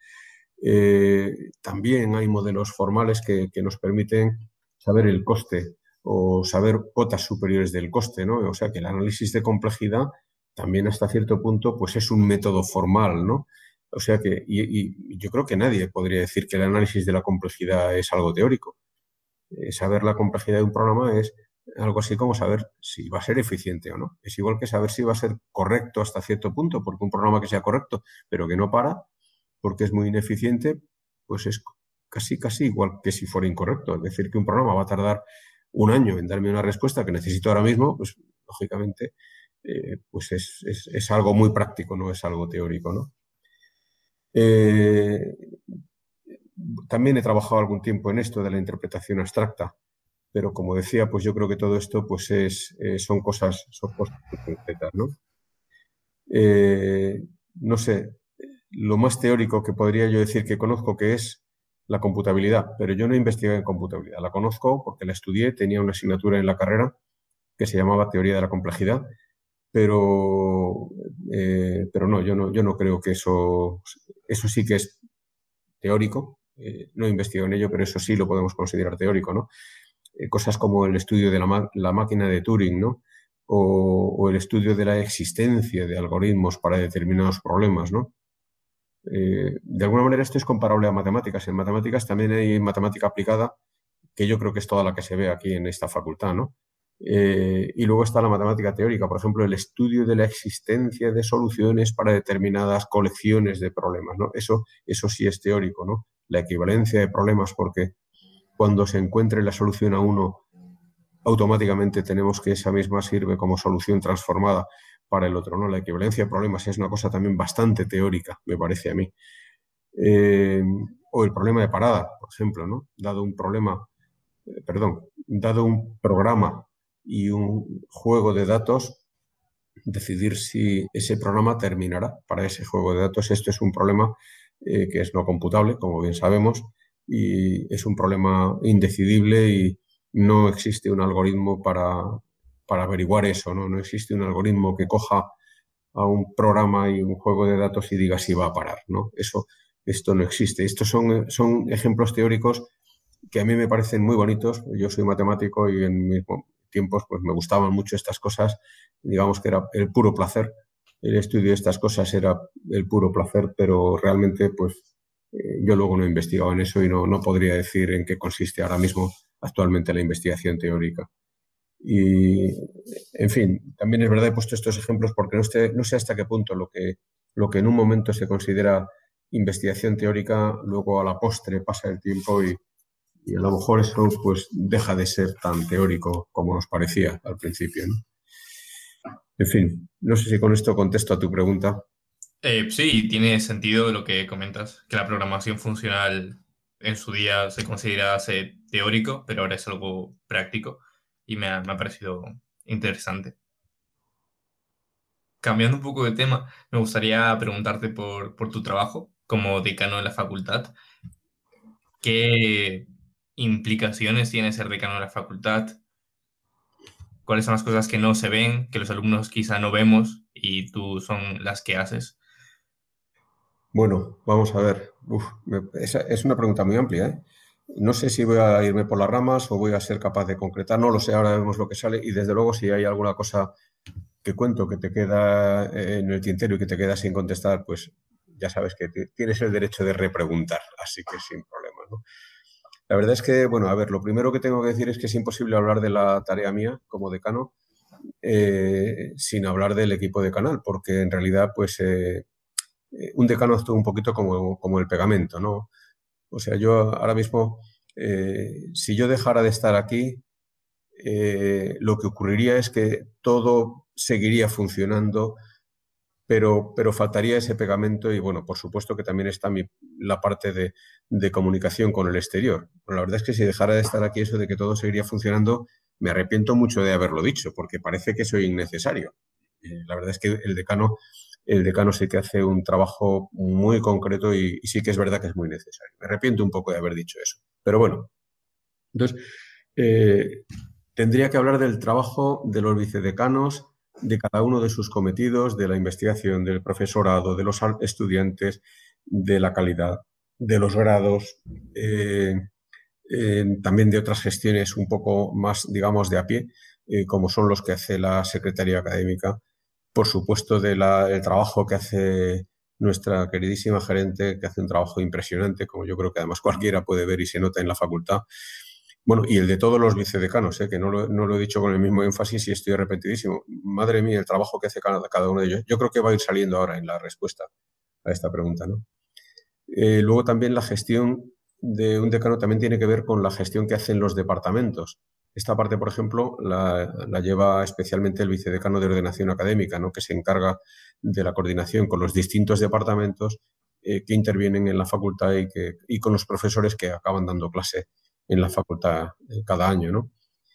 Eh, también hay modelos formales que, que nos permiten saber el coste o saber cotas superiores del coste, ¿no? O sea que el análisis de complejidad también hasta cierto punto pues es un método formal, ¿no? O sea que y, y yo creo que nadie podría decir que el análisis de la complejidad es algo teórico. Eh, saber la complejidad de un programa es algo así como saber si va a ser eficiente o no. Es igual que saber si va a ser correcto hasta cierto punto, porque un programa que sea correcto, pero que no para, porque es muy ineficiente, pues es casi, casi igual que si fuera incorrecto. Es decir, que un programa va a tardar un año en darme una respuesta que necesito ahora mismo, pues lógicamente, eh, pues es, es, es algo muy práctico, no es algo teórico, ¿no? Eh, también he trabajado algún tiempo en esto de la interpretación abstracta, pero como decía, pues yo creo que todo esto pues es, eh, son cosas, son cosas muy concretas, ¿no? Eh, no sé, lo más teórico que podría yo decir que conozco que es la computabilidad, pero yo no he investigado en computabilidad. La conozco porque la estudié, tenía una asignatura en la carrera que se llamaba teoría de la complejidad, pero, eh, pero no, yo no, yo no creo que eso, eso sí que es teórico. Eh, no he investigado en ello, pero eso sí lo podemos considerar teórico, ¿no? Eh, cosas como el estudio de la, la máquina de Turing, ¿no? O, o, el estudio de la existencia de algoritmos para determinados problemas, ¿no? Eh, de alguna manera esto es comparable a matemáticas. En matemáticas también hay matemática aplicada, que yo creo que es toda la que se ve aquí en esta facultad, ¿no? Eh, y luego está la matemática teórica, por ejemplo, el estudio de la existencia de soluciones para determinadas colecciones de problemas, ¿no? Eso, eso sí es teórico, ¿no? La equivalencia de problemas, porque cuando se encuentre la solución a uno, automáticamente tenemos que esa misma sirve como solución transformada para el otro, ¿no? La equivalencia de problemas es una cosa también bastante teórica, me parece a mí. Eh, o el problema de parada, por ejemplo, ¿no? Dado un problema, eh, perdón, dado un programa y un juego de datos, decidir si ese programa terminará para ese juego de datos. Esto es un problema eh, que es no computable, como bien sabemos, y es un problema indecidible y no existe un algoritmo para, para averiguar eso, ¿no? No existe un algoritmo que coja a un programa y un juego de datos y diga si va a parar, ¿no? Eso, esto no existe. Estos son, son ejemplos teóricos que a mí me parecen muy bonitos. Yo soy matemático y en mis tiempos pues me gustaban mucho estas cosas. Digamos que era el puro placer. El estudio de estas cosas era el puro placer, pero realmente pues eh, yo luego no he investigado en eso y no, no podría decir en qué consiste ahora mismo actualmente la investigación teórica. Y, en fin, también es verdad, he puesto estos ejemplos porque no, esté, no sé hasta qué punto lo que, lo que en un momento se considera investigación teórica, luego a la postre pasa el tiempo y, y a lo mejor eso pues deja de ser tan teórico como nos parecía al principio, ¿no? En fin, no sé si con esto contesto a tu pregunta. Eh, sí, tiene sentido lo que comentas, que la programación funcional en su día se considerase teórico, pero ahora es algo práctico y me ha, me ha parecido interesante. Cambiando un poco de tema, me gustaría preguntarte por, por tu trabajo como decano de la facultad. ¿Qué implicaciones tiene ser decano de la facultad? ¿Cuáles son las cosas que no se ven, que los alumnos quizá no vemos y tú son las que haces? Bueno, vamos a ver. Uf, me, esa es una pregunta muy amplia, ¿eh? No sé si voy a irme por las ramas o voy a ser capaz de concretar. No lo sé, ahora vemos lo que sale y desde luego si hay alguna cosa que cuento que te queda en el tintero y que te queda sin contestar, pues ya sabes que tienes el derecho de repreguntar, así que sin problema, ¿no? La verdad es que, bueno, a ver, lo primero que tengo que decir es que es imposible hablar de la tarea mía como decano eh, sin hablar del equipo de canal, porque en realidad, pues, eh, un decano es un poquito como, como el pegamento, ¿no? O sea, yo ahora mismo, eh, si yo dejara de estar aquí, eh, lo que ocurriría es que todo seguiría funcionando, pero, pero faltaría ese pegamento y, bueno, por supuesto que también está mi, la parte de, de comunicación con el exterior. Pero la verdad es que si dejara de estar aquí, eso de que todo seguiría funcionando, me arrepiento mucho de haberlo dicho, porque parece que soy innecesario. Eh, la verdad es que el decano, el decano sí que hace un trabajo muy concreto y, y sí que es verdad que es muy necesario. Me arrepiento un poco de haber dicho eso. Pero bueno, entonces, eh, tendría que hablar del trabajo de los vicedecanos, de cada uno de sus cometidos, de la investigación, del profesorado, de los estudiantes, de la calidad, de los grados, eh, eh, también de otras gestiones un poco más, digamos, de a pie, eh, como son los que hace la Secretaría Académica, por supuesto, del trabajo que hace nuestra queridísima gerente, que hace un trabajo impresionante, como yo creo que además cualquiera puede ver y se nota en la facultad. Bueno, y el de todos los vicedecanos, ¿eh? Que no lo, no lo he dicho con el mismo énfasis y estoy arrepentidísimo. Madre mía, el trabajo que hace cada, cada uno de ellos. Yo creo que va a ir saliendo ahora en la respuesta a esta pregunta, ¿no? Eh, luego también la gestión de un decano también tiene que ver con la gestión que hacen los departamentos. Esta parte, por ejemplo, la, la lleva especialmente el vicedecano de ordenación académica, ¿no? Que se encarga de la coordinación con los distintos departamentos eh, que intervienen en la facultad y, que, y con los profesores que acaban dando clase en la facultad eh, cada año, ¿no?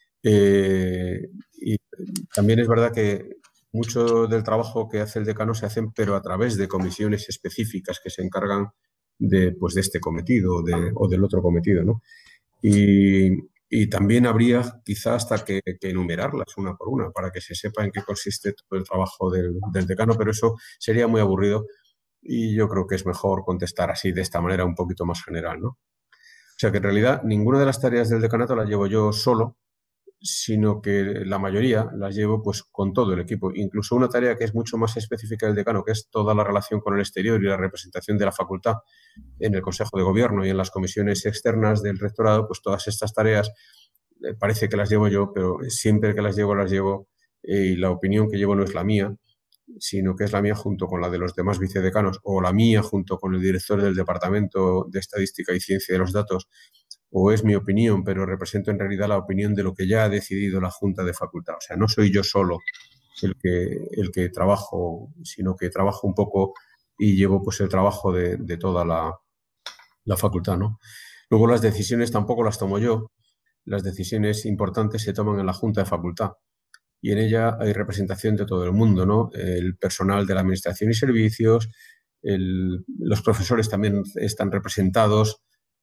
Eh, y también es verdad que mucho del trabajo que hace el decano se hace, pero a través de comisiones específicas que se encargan de, pues, de este cometido o, de, o del otro cometido, ¿no? Y, Y también habría quizá hasta que, que enumerarlas una por una para que se sepa en qué consiste todo el trabajo del, del decano, pero eso sería muy aburrido y yo creo que es mejor contestar así, de esta manera un poquito más general, ¿no? O sea que en realidad ninguna de las tareas del decanato las llevo yo solo, sino que la mayoría las llevo pues con todo el equipo. Incluso una tarea que es mucho más específica del decano, que es toda la relación con el exterior y la representación de la facultad en el Consejo de Gobierno y en las comisiones externas del rectorado, pues todas estas tareas eh, parece que las llevo yo, pero siempre que las llevo, las llevo eh, y la opinión que llevo no es la mía, sino que es la mía junto con la de los demás vicedecanos o la mía junto con el director del Departamento de Estadística y Ciencia de los Datos, o es mi opinión, pero represento en realidad la opinión de lo que ya ha decidido la Junta de Facultad. O sea, no soy yo solo el que, el que trabajo, sino que trabajo un poco y llevo pues el trabajo de, de toda la, la facultad, ¿no? Luego las decisiones tampoco las tomo yo, las decisiones importantes se toman en la Junta de Facultad y en ella hay representación de todo el mundo, ¿no? El personal de la Administración y Servicios, el, los profesores también están representados,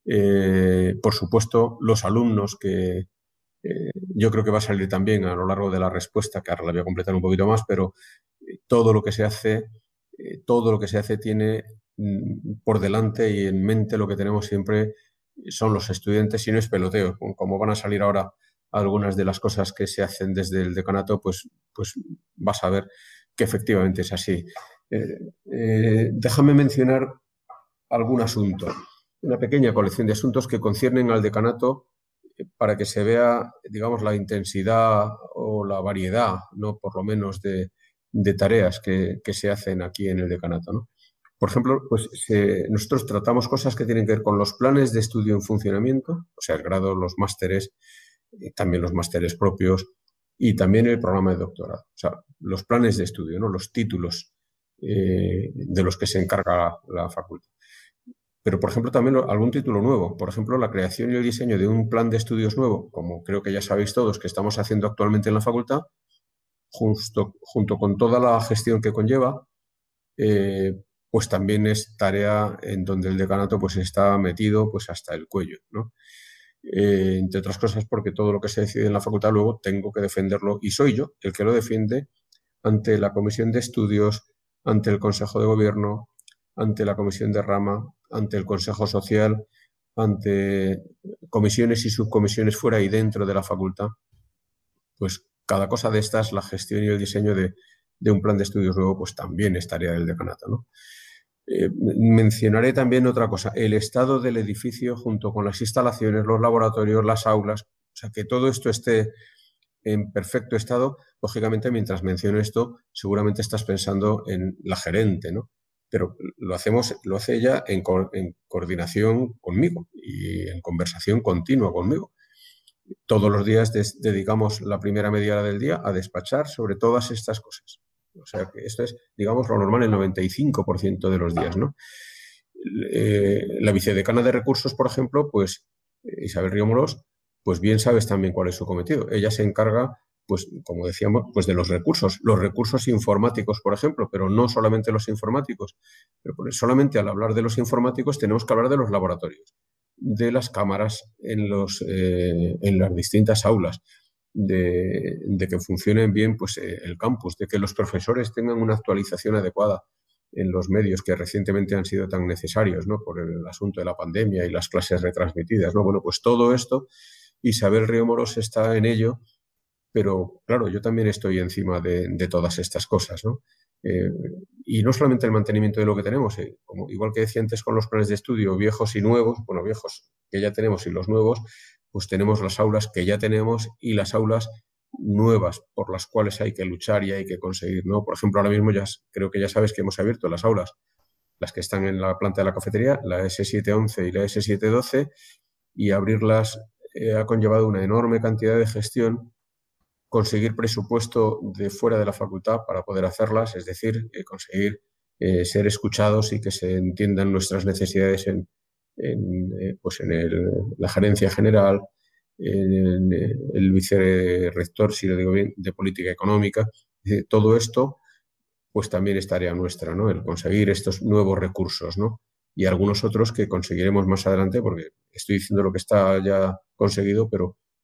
eh, por supuesto, los alumnos que eh, yo creo que va a salir también a lo largo de la respuesta, que ahora la voy a completar un poquito más, pero eh, todo lo que se hace, eh, todo lo que se hace tiene mm, por delante y en mente lo que tenemos siempre son los estudiantes y no es peloteo. Como van a salir ahora algunas de las cosas que se hacen desde el decanato, pues, pues vas a ver que efectivamente es así. Eh, eh, déjame mencionar algún asunto, una pequeña colección de asuntos que conciernen al decanato eh, para que se vea, digamos, la intensidad o la variedad, ¿no? Por lo menos de, de tareas que, que, se hacen aquí en el decanato, ¿no? Por ejemplo, pues se, nosotros tratamos cosas que tienen que ver con los planes de estudio en funcionamiento, o sea, el grado, los másteres, eh, también los másteres propios y también el programa de doctorado. O sea, los planes de estudio, ¿no? Los títulos eh, de los que se encarga la, la facultad. Pero, por ejemplo, también algún título nuevo. Por ejemplo, la creación y el diseño de un plan de estudios nuevo, como creo que ya sabéis todos que estamos haciendo actualmente en la facultad, justo, junto con toda la gestión que conlleva, eh, pues también es tarea en donde el decanato pues está metido pues hasta el cuello, ¿no? Eh, entre otras cosas porque todo lo que se decide en la facultad luego tengo que defenderlo y soy yo el que lo defiende ante la comisión de estudios, ante el Consejo de Gobierno, ante la comisión de rama, ante el Consejo Social, ante comisiones y subcomisiones fuera y dentro de la facultad. Pues cada cosa de estas, la gestión y el diseño de, de un plan de estudios nuevo, pues también es tarea del decanato, ¿no? Eh, mencionaré también otra cosa, el estado del edificio junto con las instalaciones, los laboratorios, las aulas, o sea, que todo esto esté en perfecto estado. Lógicamente, mientras menciono esto, seguramente estás pensando en la gerente, ¿no? Pero lo hacemos, lo hace ella en, co en coordinación conmigo y en conversación continua conmigo. Todos los días des dedicamos la primera media hora del día a despachar sobre todas estas cosas. O sea, que esto es, digamos, lo normal el noventa y cinco por ciento de los días, ¿no? Eh, la vicedecana de recursos, por ejemplo, pues Isabel Río Morós, pues bien sabes también cuál es su cometido. Ella se encarga, pues como decíamos, pues de los recursos, los recursos informáticos, por ejemplo, pero no solamente los informáticos. Pero pues, solamente al hablar de los informáticos tenemos que hablar de los laboratorios, de las cámaras en, los, eh, en las distintas aulas, de, de que funcionen bien pues, eh, el campus, de que los profesores tengan una actualización adecuada en los medios que recientemente han sido tan necesarios, ¿no? Por el asunto de la pandemia y las clases retransmitidas, ¿no? Bueno, pues todo esto, Isabel Río Morós está en ello, pero claro, yo también estoy encima de, de todas estas cosas, ¿no? Eh, y no solamente el mantenimiento de lo que tenemos, eh, como, igual que decía antes con los planes de estudio viejos y nuevos, bueno, viejos que ya tenemos y los nuevos, pues tenemos las aulas que ya tenemos y las aulas nuevas por las cuales hay que luchar y hay que conseguir, ¿no? Por ejemplo, ahora mismo ya creo que ya sabes que hemos abierto las aulas, las que están en la planta de la cafetería, la ese siete once y la ese siete doce, y abrirlas eh, ha conllevado una enorme cantidad de gestión, conseguir presupuesto de fuera de la facultad para poder hacerlas, es decir, eh, conseguir eh, ser escuchados y que se entiendan nuestras necesidades en, en, eh, pues en el, la gerencia general, en el, el vicerrector, si lo digo bien, de política económica. Todo esto pues también es tarea nuestra, ¿no? El conseguir estos nuevos recursos, ¿no? Y algunos otros que conseguiremos más adelante, porque estoy diciendo lo que está ya conseguido, pero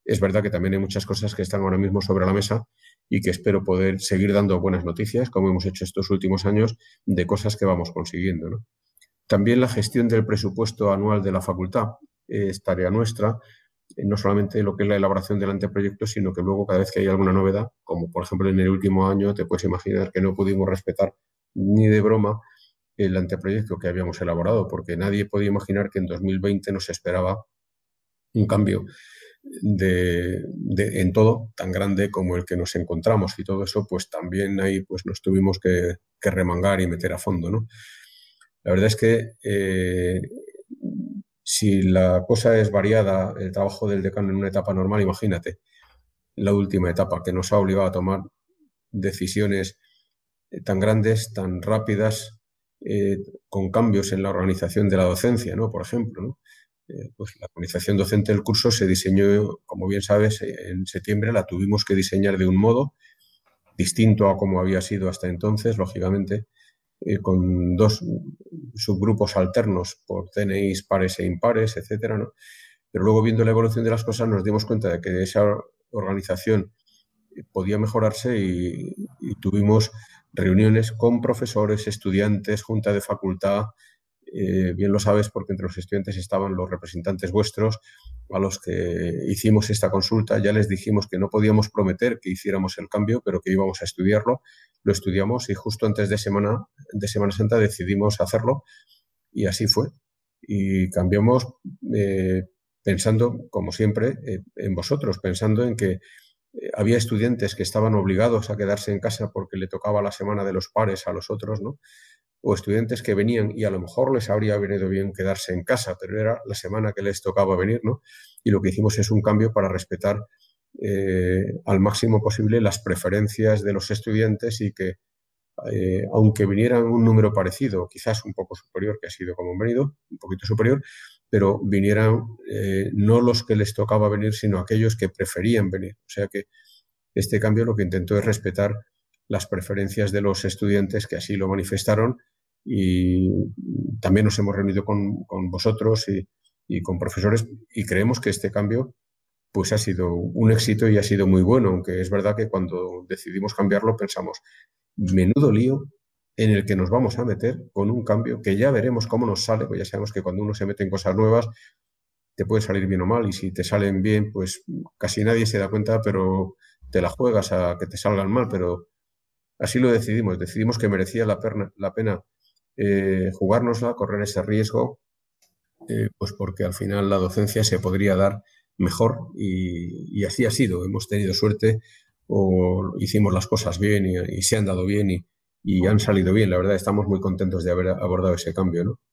es verdad que también hay muchas cosas que están ahora mismo sobre la mesa y que espero poder seguir dando buenas noticias, como hemos hecho estos últimos años, de cosas que vamos consiguiendo, ¿no? También la gestión del presupuesto anual de la facultad es tarea nuestra, eh, no solamente lo que es la elaboración del anteproyecto, sino que luego cada vez que hay alguna novedad, como por ejemplo en el último año, te puedes imaginar que no pudimos respetar ni de broma el anteproyecto que habíamos elaborado, porque nadie podía imaginar que en dos mil veinte nos esperaba un cambio de, de, en todo tan grande como el que nos encontramos, y todo eso pues también ahí pues nos tuvimos que, que remangar y meter a fondo, ¿no? La verdad es que eh, si la cosa es variada, el trabajo del decano en una etapa normal, imagínate la última etapa que nos ha obligado a tomar decisiones tan grandes, tan rápidas, eh, con cambios en la organización de la docencia, ¿no? Por ejemplo, ¿no? Eh, pues la organización docente del curso se diseñó, como bien sabes, en septiembre la tuvimos que diseñar de un modo distinto a como había sido hasta entonces, lógicamente, eh, con dos subgrupos alternos por D N Is pares e impares, etcétera, ¿no? Pero luego, viendo la evolución de las cosas, nos dimos cuenta de que esa organización podía mejorarse y, y tuvimos reuniones con profesores, estudiantes, junta de facultad. Eh, bien lo sabes porque entre los estudiantes estaban los representantes vuestros a los que hicimos esta consulta. Ya les dijimos que no podíamos prometer que hiciéramos el cambio, pero que íbamos a estudiarlo. Lo estudiamos y justo antes de Semana, de Semana Santa decidimos hacerlo y así fue. Y cambiamos eh, pensando, como siempre, eh, en vosotros, pensando en que había estudiantes que estaban obligados a quedarse en casa porque le tocaba la semana de los pares a los otros, ¿no? O estudiantes que venían y a lo mejor les habría venido bien quedarse en casa, pero era la semana que les tocaba venir, ¿no? Y lo que hicimos es un cambio para respetar eh, al máximo posible las preferencias de los estudiantes y que, eh, aunque vinieran un número parecido, quizás un poco superior, que ha sido como han venido, un poquito superior, pero vinieran eh, no los que les tocaba venir, sino aquellos que preferían venir. O sea que este cambio lo que intentó es respetar las preferencias de los estudiantes que así lo manifestaron, y también nos hemos reunido con, con vosotros y, y con profesores y creemos que este cambio pues ha sido un éxito y ha sido muy bueno, aunque es verdad que cuando decidimos cambiarlo pensamos, menudo lío en el que nos vamos a meter con un cambio que ya veremos cómo nos sale, pues ya sabemos que cuando uno se mete en cosas nuevas te puede salir bien o mal, y si te salen bien, pues casi nadie se da cuenta, pero te la juegas a que te salgan mal, pero así lo decidimos, decidimos que merecía la pena, la pena eh, jugárnosla, correr ese riesgo, eh, pues porque al final la docencia se podría dar mejor y, y así ha sido, hemos tenido suerte o hicimos las cosas bien y, y se han dado bien y, y han salido bien, la verdad estamos muy contentos de haber abordado ese cambio, ¿no?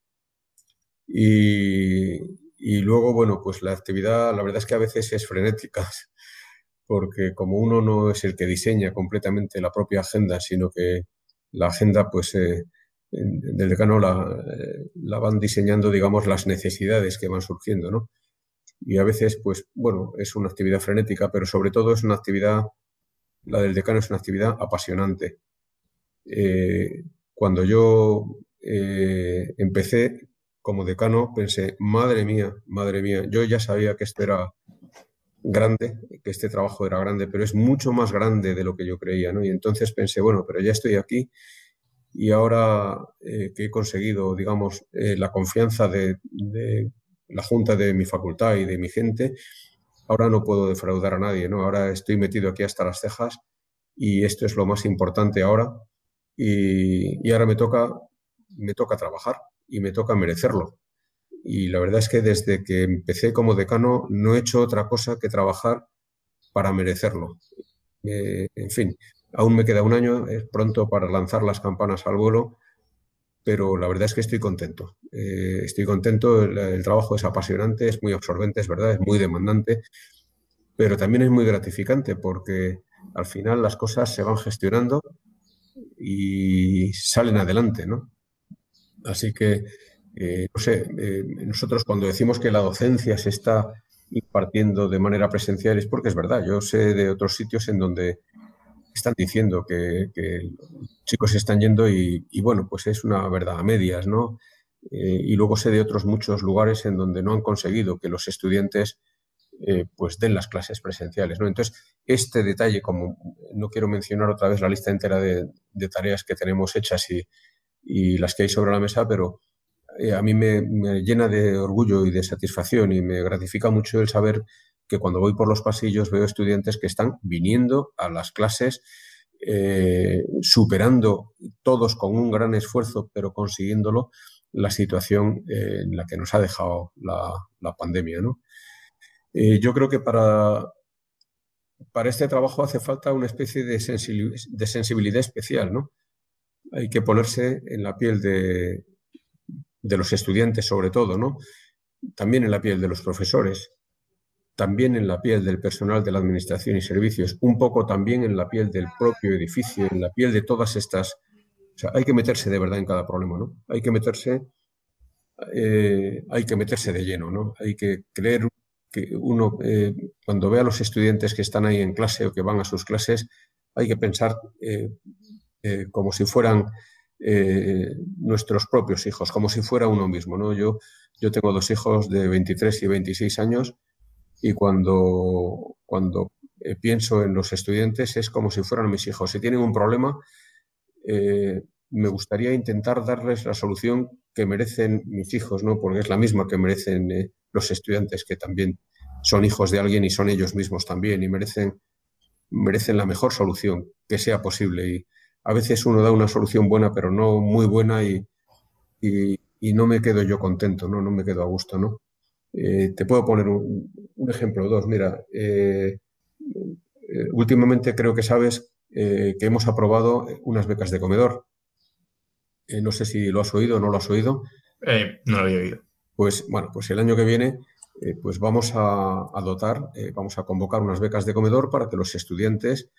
Y, y luego, bueno, pues la actividad, la verdad es que a veces es frenética, porque como uno no es el que diseña completamente la propia agenda, sino que la agenda, pues, eh, del decano la, eh, la van diseñando, digamos, las necesidades que van surgiendo, ¿no? Y a veces, pues, bueno, es una actividad frenética, pero sobre todo es una actividad, la del decano es una actividad apasionante. Eh, cuando yo eh, empecé como decano, pensé, madre mía, madre mía, yo ya sabía que esto era grande, que este trabajo era grande, pero es mucho más grande de lo que yo creía, ¿no? Y entonces pensé, bueno, pero ya estoy aquí y ahora eh, que he conseguido, digamos, eh, la confianza de, de la junta de mi facultad y de mi gente, ahora no puedo defraudar a nadie, ¿no? Ahora estoy metido aquí hasta las cejas y esto es lo más importante ahora, y, y ahora me toca, me toca trabajar y me toca merecerlo. Y la verdad es que desde que empecé como decano no he hecho otra cosa que trabajar para merecerlo. Eh, en fin, aún me queda un año, es pronto para lanzar las campanas al vuelo, pero la verdad es que estoy contento. Eh, estoy contento, el, el trabajo es apasionante, es muy absorbente, es verdad, es muy demandante, pero también es muy gratificante porque al final las cosas se van gestionando y salen adelante, ¿no? Así que, eh, no sé, eh, nosotros cuando decimos que la docencia se está impartiendo de manera presencial es porque es verdad. Yo sé de otros sitios en donde están diciendo que, que los chicos se están yendo y, y, bueno, pues es una verdad a medias, ¿no? Eh, y luego sé de otros muchos lugares en donde no han conseguido que los estudiantes eh, pues den las clases presenciales, ¿no? Entonces, este detalle, como no quiero mencionar otra vez la lista entera de, de tareas que tenemos hechas y, y las que hay sobre la mesa, pero eh, a mí me, me llena de orgullo y de satisfacción y me gratifica mucho el saber que cuando voy por los pasillos veo estudiantes que están viniendo a las clases, eh, superando todos con un gran esfuerzo, pero consiguiéndolo, la situación eh, en la que nos ha dejado la, la pandemia, ¿no? Eh, yo creo que para, para este trabajo hace falta una especie de, sensibil- de sensibilidad especial, ¿no? Hay que ponerse en la piel de, de los estudiantes, sobre todo, ¿no? También en la piel de los profesores, también en la piel del personal de la administración y servicios, un poco también en la piel del propio edificio, en la piel de todas estas. O sea, hay que meterse de verdad en cada problema, ¿no? Hay que meterse, eh, hay que meterse de lleno, ¿no? Hay que creer que uno, eh, cuando ve a los estudiantes que están ahí en clase o que van a sus clases, hay que pensar eh, eh, como si fueran eh, nuestros propios hijos, como si fuera uno mismo, ¿no? Yo, yo tengo dos hijos de veintitrés y veintiséis años y cuando, cuando eh, pienso en los estudiantes es como si fueran mis hijos. Si tienen un problema, eh, me gustaría intentar darles la solución que merecen mis hijos, ¿no? Porque es la misma que merecen eh, los estudiantes, que también son hijos de alguien y son ellos mismos también, y merecen, merecen la mejor solución que sea posible. Y a veces uno da una solución buena, pero no muy buena, y, y, y no me quedo yo contento, ¿no? No me quedo a gusto, ¿no? Eh, te puedo poner un, un ejemplo o dos. Mira, eh, eh, últimamente creo que sabes eh, que hemos aprobado unas becas de comedor. Eh, no sé si lo has oído o no lo has oído. Eh, no lo había oído. Pues bueno, pues el año que viene eh, pues vamos a, a dotar, eh, vamos a convocar unas becas de comedor para que los estudiantes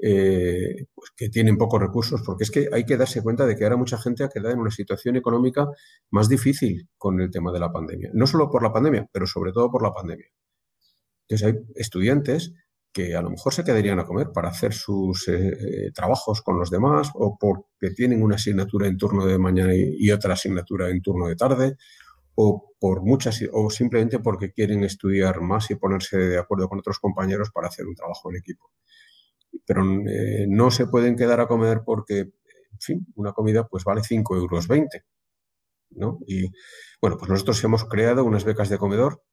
eh, pues que tienen pocos recursos, porque es que hay que darse cuenta de que ahora mucha gente ha quedado en una situación económica más difícil con el tema de la pandemia. No solo por la pandemia, pero sobre todo por la pandemia. Entonces hay estudiantes que a lo mejor se quedarían a comer para hacer sus eh, trabajos con los demás, o porque tienen una asignatura en turno de mañana y, y otra asignatura en turno de tarde, o por muchas, o simplemente porque quieren estudiar más y ponerse de acuerdo con otros compañeros para hacer un trabajo en equipo. Pero eh, no se pueden quedar a comer porque, en fin, una comida pues vale cinco euros veinte, ¿no? Y bueno, pues nosotros hemos creado unas becas de comedor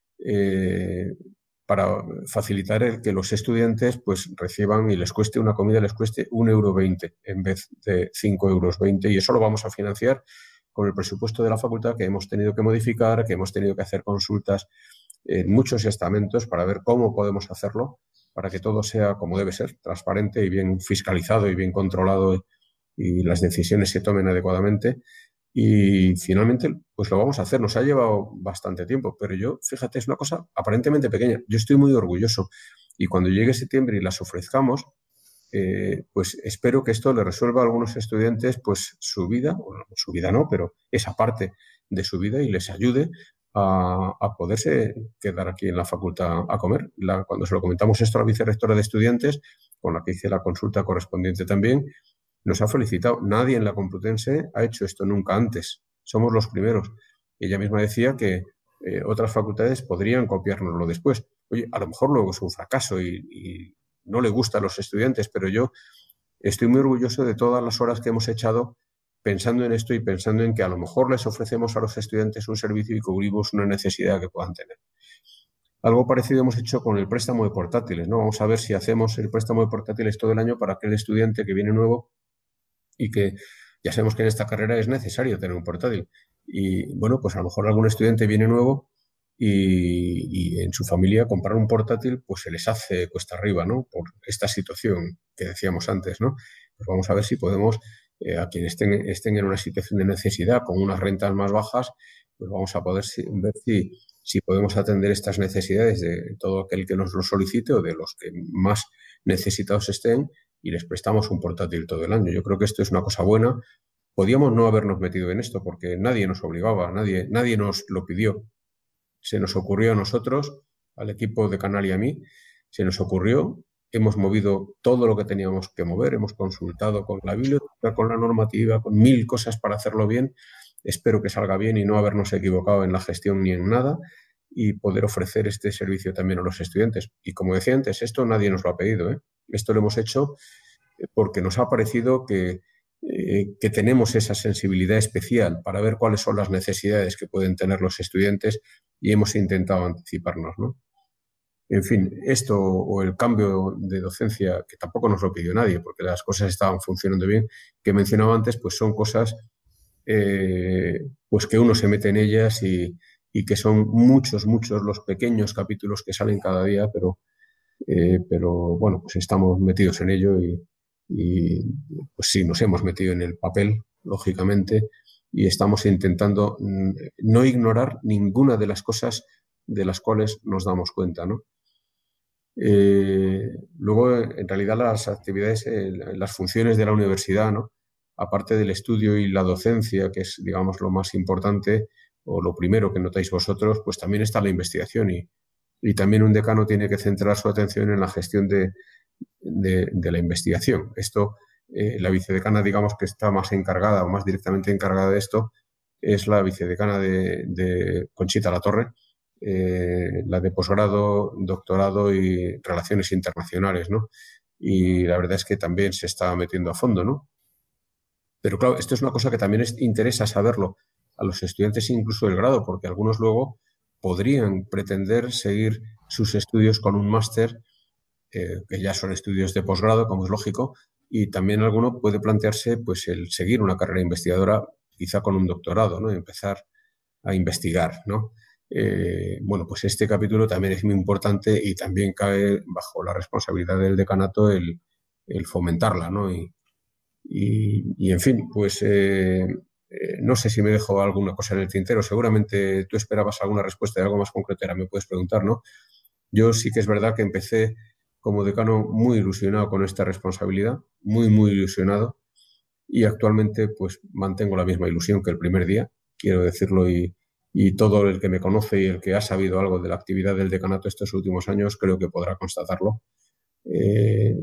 eh, para facilitar el que los estudiantes pues reciban y les cueste una comida, les cueste un euro veinte en vez de cinco euros veinte, y eso lo vamos a financiar con el presupuesto de la facultad, que hemos tenido que modificar, que hemos tenido que hacer consultas en muchos estamentos para ver cómo podemos hacerlo para que todo sea como debe ser, transparente y bien fiscalizado y bien controlado, y las decisiones se tomen adecuadamente. Y finalmente, pues lo vamos a hacer. Nos ha llevado bastante tiempo, pero yo, fíjate, es una cosa aparentemente pequeña. Yo estoy muy orgulloso, y cuando llegue septiembre y las ofrezcamos, eh, pues espero que esto le resuelva a algunos estudiantes pues su vida, bueno, su vida no, pero esa parte de su vida, y les ayude a, a poderse quedar aquí en la facultad a comer. La, cuando se lo comentamos esto a la vicerrectora de estudiantes, con la que hice la consulta correspondiente también, nos ha felicitado. Nadie en la Complutense ha hecho esto nunca antes. Somos los primeros. Ella misma decía que eh, otras facultades podrían copiárnoslo después. Oye, a lo mejor luego es un fracaso y, y no le gusta a los estudiantes, pero yo estoy muy orgulloso de todas las horas que hemos echado pensando en esto y pensando en que a lo mejor les ofrecemos a los estudiantes un servicio y cubrimos una necesidad que puedan tener. Algo parecido hemos hecho con el préstamo de portátiles, ¿no? Vamos a ver si hacemos el préstamo de portátiles todo el año para aquel estudiante que viene nuevo, y que ya sabemos que en esta carrera es necesario tener un portátil. Y bueno, pues a lo mejor algún estudiante viene nuevo y, y en su familia comprar un portátil pues se les hace cuesta arriba, ¿no? Por esta situación que decíamos antes, ¿no? Pues vamos a ver si podemos, eh, a quienes estén, estén en una situación de necesidad con unas rentas más bajas, pues vamos a poder si, ver si, si podemos atender estas necesidades de todo aquel que nos lo solicite o de los que más necesitados estén, y les prestamos un portátil todo el año. Yo creo que esto es una cosa buena. Podíamos no habernos metido en esto porque nadie nos obligaba, nadie, nadie nos lo pidió. Se nos ocurrió a nosotros, al equipo de Canal y a mí, se nos ocurrió, hemos movido todo lo que teníamos que mover, hemos consultado con la biblioteca, con la normativa, con mil cosas para hacerlo bien. Espero que salga bien y no habernos equivocado en la gestión ni en nada. y poder ofrecer este servicio también a los estudiantes. Y como decía antes, esto nadie nos lo ha pedido, ¿eh? Esto lo hemos hecho porque nos ha parecido que, eh, que tenemos esa sensibilidad especial para ver cuáles son las necesidades que pueden tener los estudiantes y hemos intentado anticiparnos, ¿no? En fin, esto o el cambio de docencia, que tampoco nos lo pidió nadie, porque las cosas estaban funcionando bien, que mencionaba antes, pues son cosas eh, pues que uno se mete en ellas y, y, que son muchos, muchos los pequeños capítulos que salen cada día, pero, eh, pero bueno, pues estamos metidos en ello y, y pues sí, nos hemos metido en el papel, lógicamente, y estamos intentando no ignorar ninguna de las cosas de las cuales nos damos cuenta, ¿no? Eh, luego, en realidad, las actividades, eh, las funciones de la universidad, ¿no? Aparte del estudio y la docencia, que es, digamos, lo más importante o lo primero que notáis vosotros, pues también está la investigación y, y también un decano tiene que centrar su atención en la gestión de, de, de la investigación. Esto, eh, la vicedecana, digamos, que está más encargada o más directamente encargada de esto, es la vicedecana de, de Conchita Latorre, eh, la de posgrado, doctorado y relaciones internacionales, ¿no? Y la verdad es que también se está metiendo a fondo, ¿no? Pero claro, esto es una cosa que también es, interesa saberlo a los estudiantes incluso del grado, porque algunos luego podrían pretender seguir sus estudios con un máster, eh, que ya son estudios de posgrado, como es lógico, y también alguno puede plantearse pues el seguir una carrera investigadora, quizá con un doctorado, ¿no? Empezar a investigar, ¿no? Eh, bueno, pues este capítulo también es muy importante y también cae bajo la responsabilidad del decanato el, el fomentarla, ¿no? Y, y, y, en fin, pues eh, eh, no sé si me dejo alguna cosa en el tintero. Seguramente tú esperabas alguna respuesta de algo más concreto, ahora me puedes preguntar, ¿no? Yo sí que es verdad que empecé como decano muy ilusionado con esta responsabilidad, muy, muy ilusionado, y actualmente pues mantengo la misma ilusión que el primer día, quiero decirlo, y, y todo el que me conoce y el que ha sabido algo de la actividad del decanato estos últimos años creo que podrá constatarlo. Eh,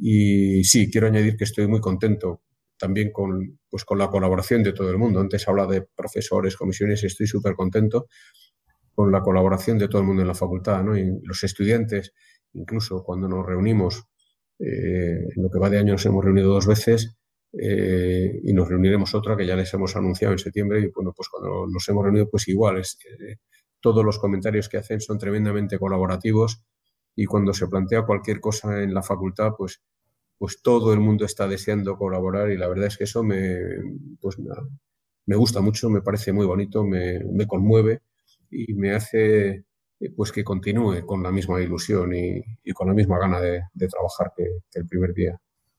y sí, quiero añadir que estoy muy contento también con, pues, con la colaboración de todo el mundo. Antes hablaba de profesores, comisiones, estoy súper contento con la colaboración de todo el mundo en la facultad, ¿no? Y los estudiantes, incluso cuando nos reunimos, eh, en lo que va de año nos hemos reunido dos veces, eh, y nos reuniremos otra que ya les hemos anunciado en septiembre, y bueno, pues cuando nos hemos reunido, pues igual, es, eh, todos los comentarios que hacen son tremendamente colaborativos y cuando se plantea cualquier cosa en la facultad, pues, pues todo el mundo está deseando colaborar y la verdad es que eso me, pues me, me gusta mucho, me parece muy bonito, me, me conmueve y me hace pues que continúe con la misma ilusión y, y con la misma gana de, de trabajar que, que el primer día.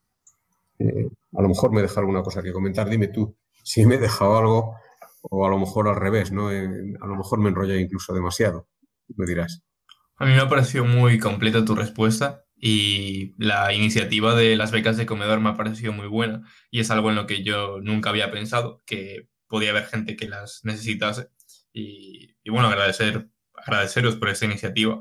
Eh, a lo mejor me he dejado alguna cosa que comentar, dime tú si me he dejado algo o a lo mejor al revés, ¿no? Eh, a lo mejor me enrollé incluso demasiado, me dirás. A mí me ha parecido muy completa tu respuesta y la iniciativa de las becas de comedor me ha parecido muy buena y es algo en lo que yo nunca había pensado, que podía haber gente que las necesitase y, y bueno, agradecer, agradeceros por esta iniciativa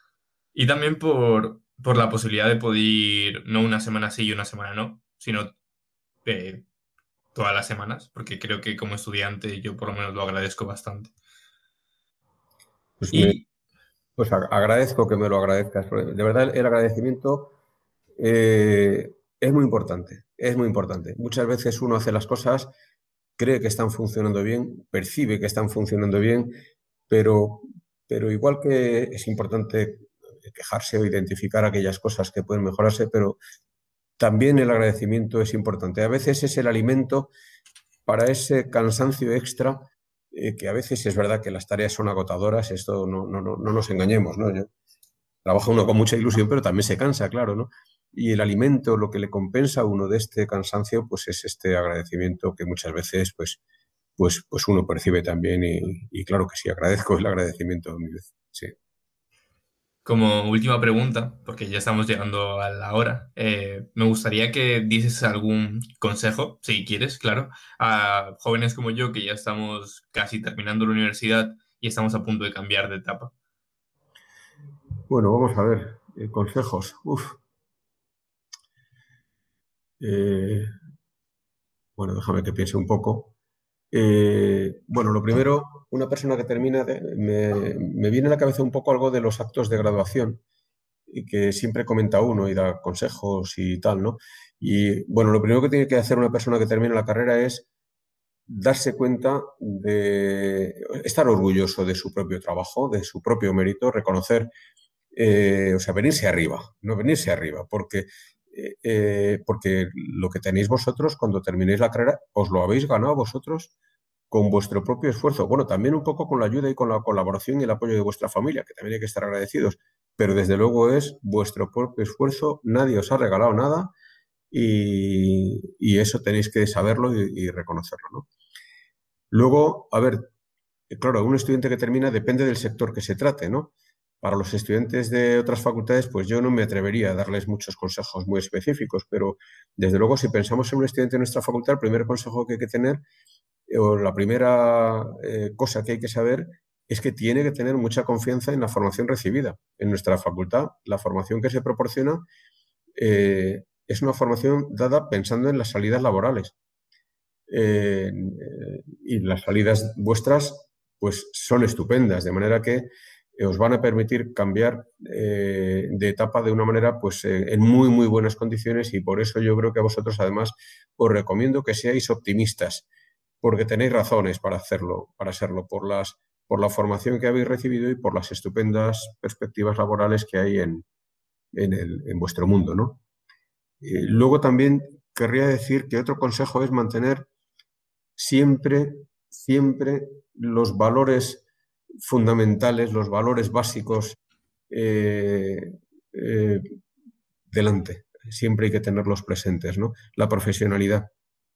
y también por, por la posibilidad de poder ir no una semana sí y una semana no, sino eh, todas las semanas, porque creo que como estudiante yo por lo menos lo agradezco bastante. Pues, me, Y pues agradezco que me lo agradezcas. De verdad, el agradecimiento eh, es muy importante, es muy importante. Muchas veces uno hace las cosas, cree que están funcionando bien, percibe que están funcionando bien, pero, pero igual que es importante quejarse o identificar aquellas cosas que pueden mejorarse, pero también el agradecimiento es importante. A veces es el alimento para ese cansancio extra, eh, que a veces es verdad que las tareas son agotadoras, esto no, no, no, no nos engañemos, ¿no? Yo, trabaja uno con mucha ilusión, pero también se cansa, claro, ¿no? Y el alimento, lo que le compensa a uno de este cansancio, pues es este agradecimiento que muchas veces, pues, pues, pues uno percibe también y, y claro que sí, agradezco el agradecimiento a mi vez, sí. como última pregunta, porque ya estamos llegando a la hora, eh, me gustaría que dieses algún consejo, si quieres, claro, a jóvenes como yo que ya estamos casi terminando la universidad y estamos a punto de cambiar de etapa. Bueno, vamos a ver, eh, consejos. Uf. Eh, bueno, déjame que piense un poco. Eh, bueno, lo primero, una persona que termina, de- me, me viene a la cabeza un poco algo de los actos de graduación y que siempre comenta uno y da consejos y tal, ¿no? Y bueno, lo primero que tiene que hacer una persona que termina la carrera es darse cuenta de estar orgulloso de su propio trabajo, de su propio mérito, reconocer, eh, o sea, venirse arriba, no venirse arriba, porque, eh, eh, porque lo que tenéis vosotros cuando terminéis la carrera, os lo habéis ganado vosotros con vuestro propio esfuerzo. Bueno, también un poco con la ayuda y con la colaboración y el apoyo de vuestra familia, que también hay que estar agradecidos, pero desde luego es vuestro propio esfuerzo, nadie os ha regalado nada y, y eso tenéis que saberlo y, y reconocerlo, ¿no? Luego, a ver, claro, un estudiante que termina depende del sector que se trate, ¿no? Para los estudiantes de otras facultades, pues yo no me atrevería a darles muchos consejos muy específicos, pero desde luego si pensamos en un estudiante de nuestra facultad, el primer consejo que hay que tener, eh, o la primera eh, cosa que hay que saber, es que tiene que tener mucha confianza en la formación recibida. En nuestra facultad, la formación que se proporciona eh, es una formación dada pensando en las salidas laborales. Eh, y las salidas vuestras pues son estupendas, de manera que eh, os van a permitir cambiar eh, de etapa de una manera pues eh, en muy muy buenas condiciones y por eso yo creo que a vosotros además os recomiendo que seáis optimistas porque tenéis razones para hacerlo, para serlo, por las por la formación que habéis recibido y por las estupendas perspectivas laborales que hay en, en, el, en vuestro mundo, ¿no? Eh, luego también querría decir que otro consejo es mantener siempre, siempre los valores fundamentales, los valores básicos eh, eh, delante. Siempre hay que tenerlos presentes, ¿no? La profesionalidad.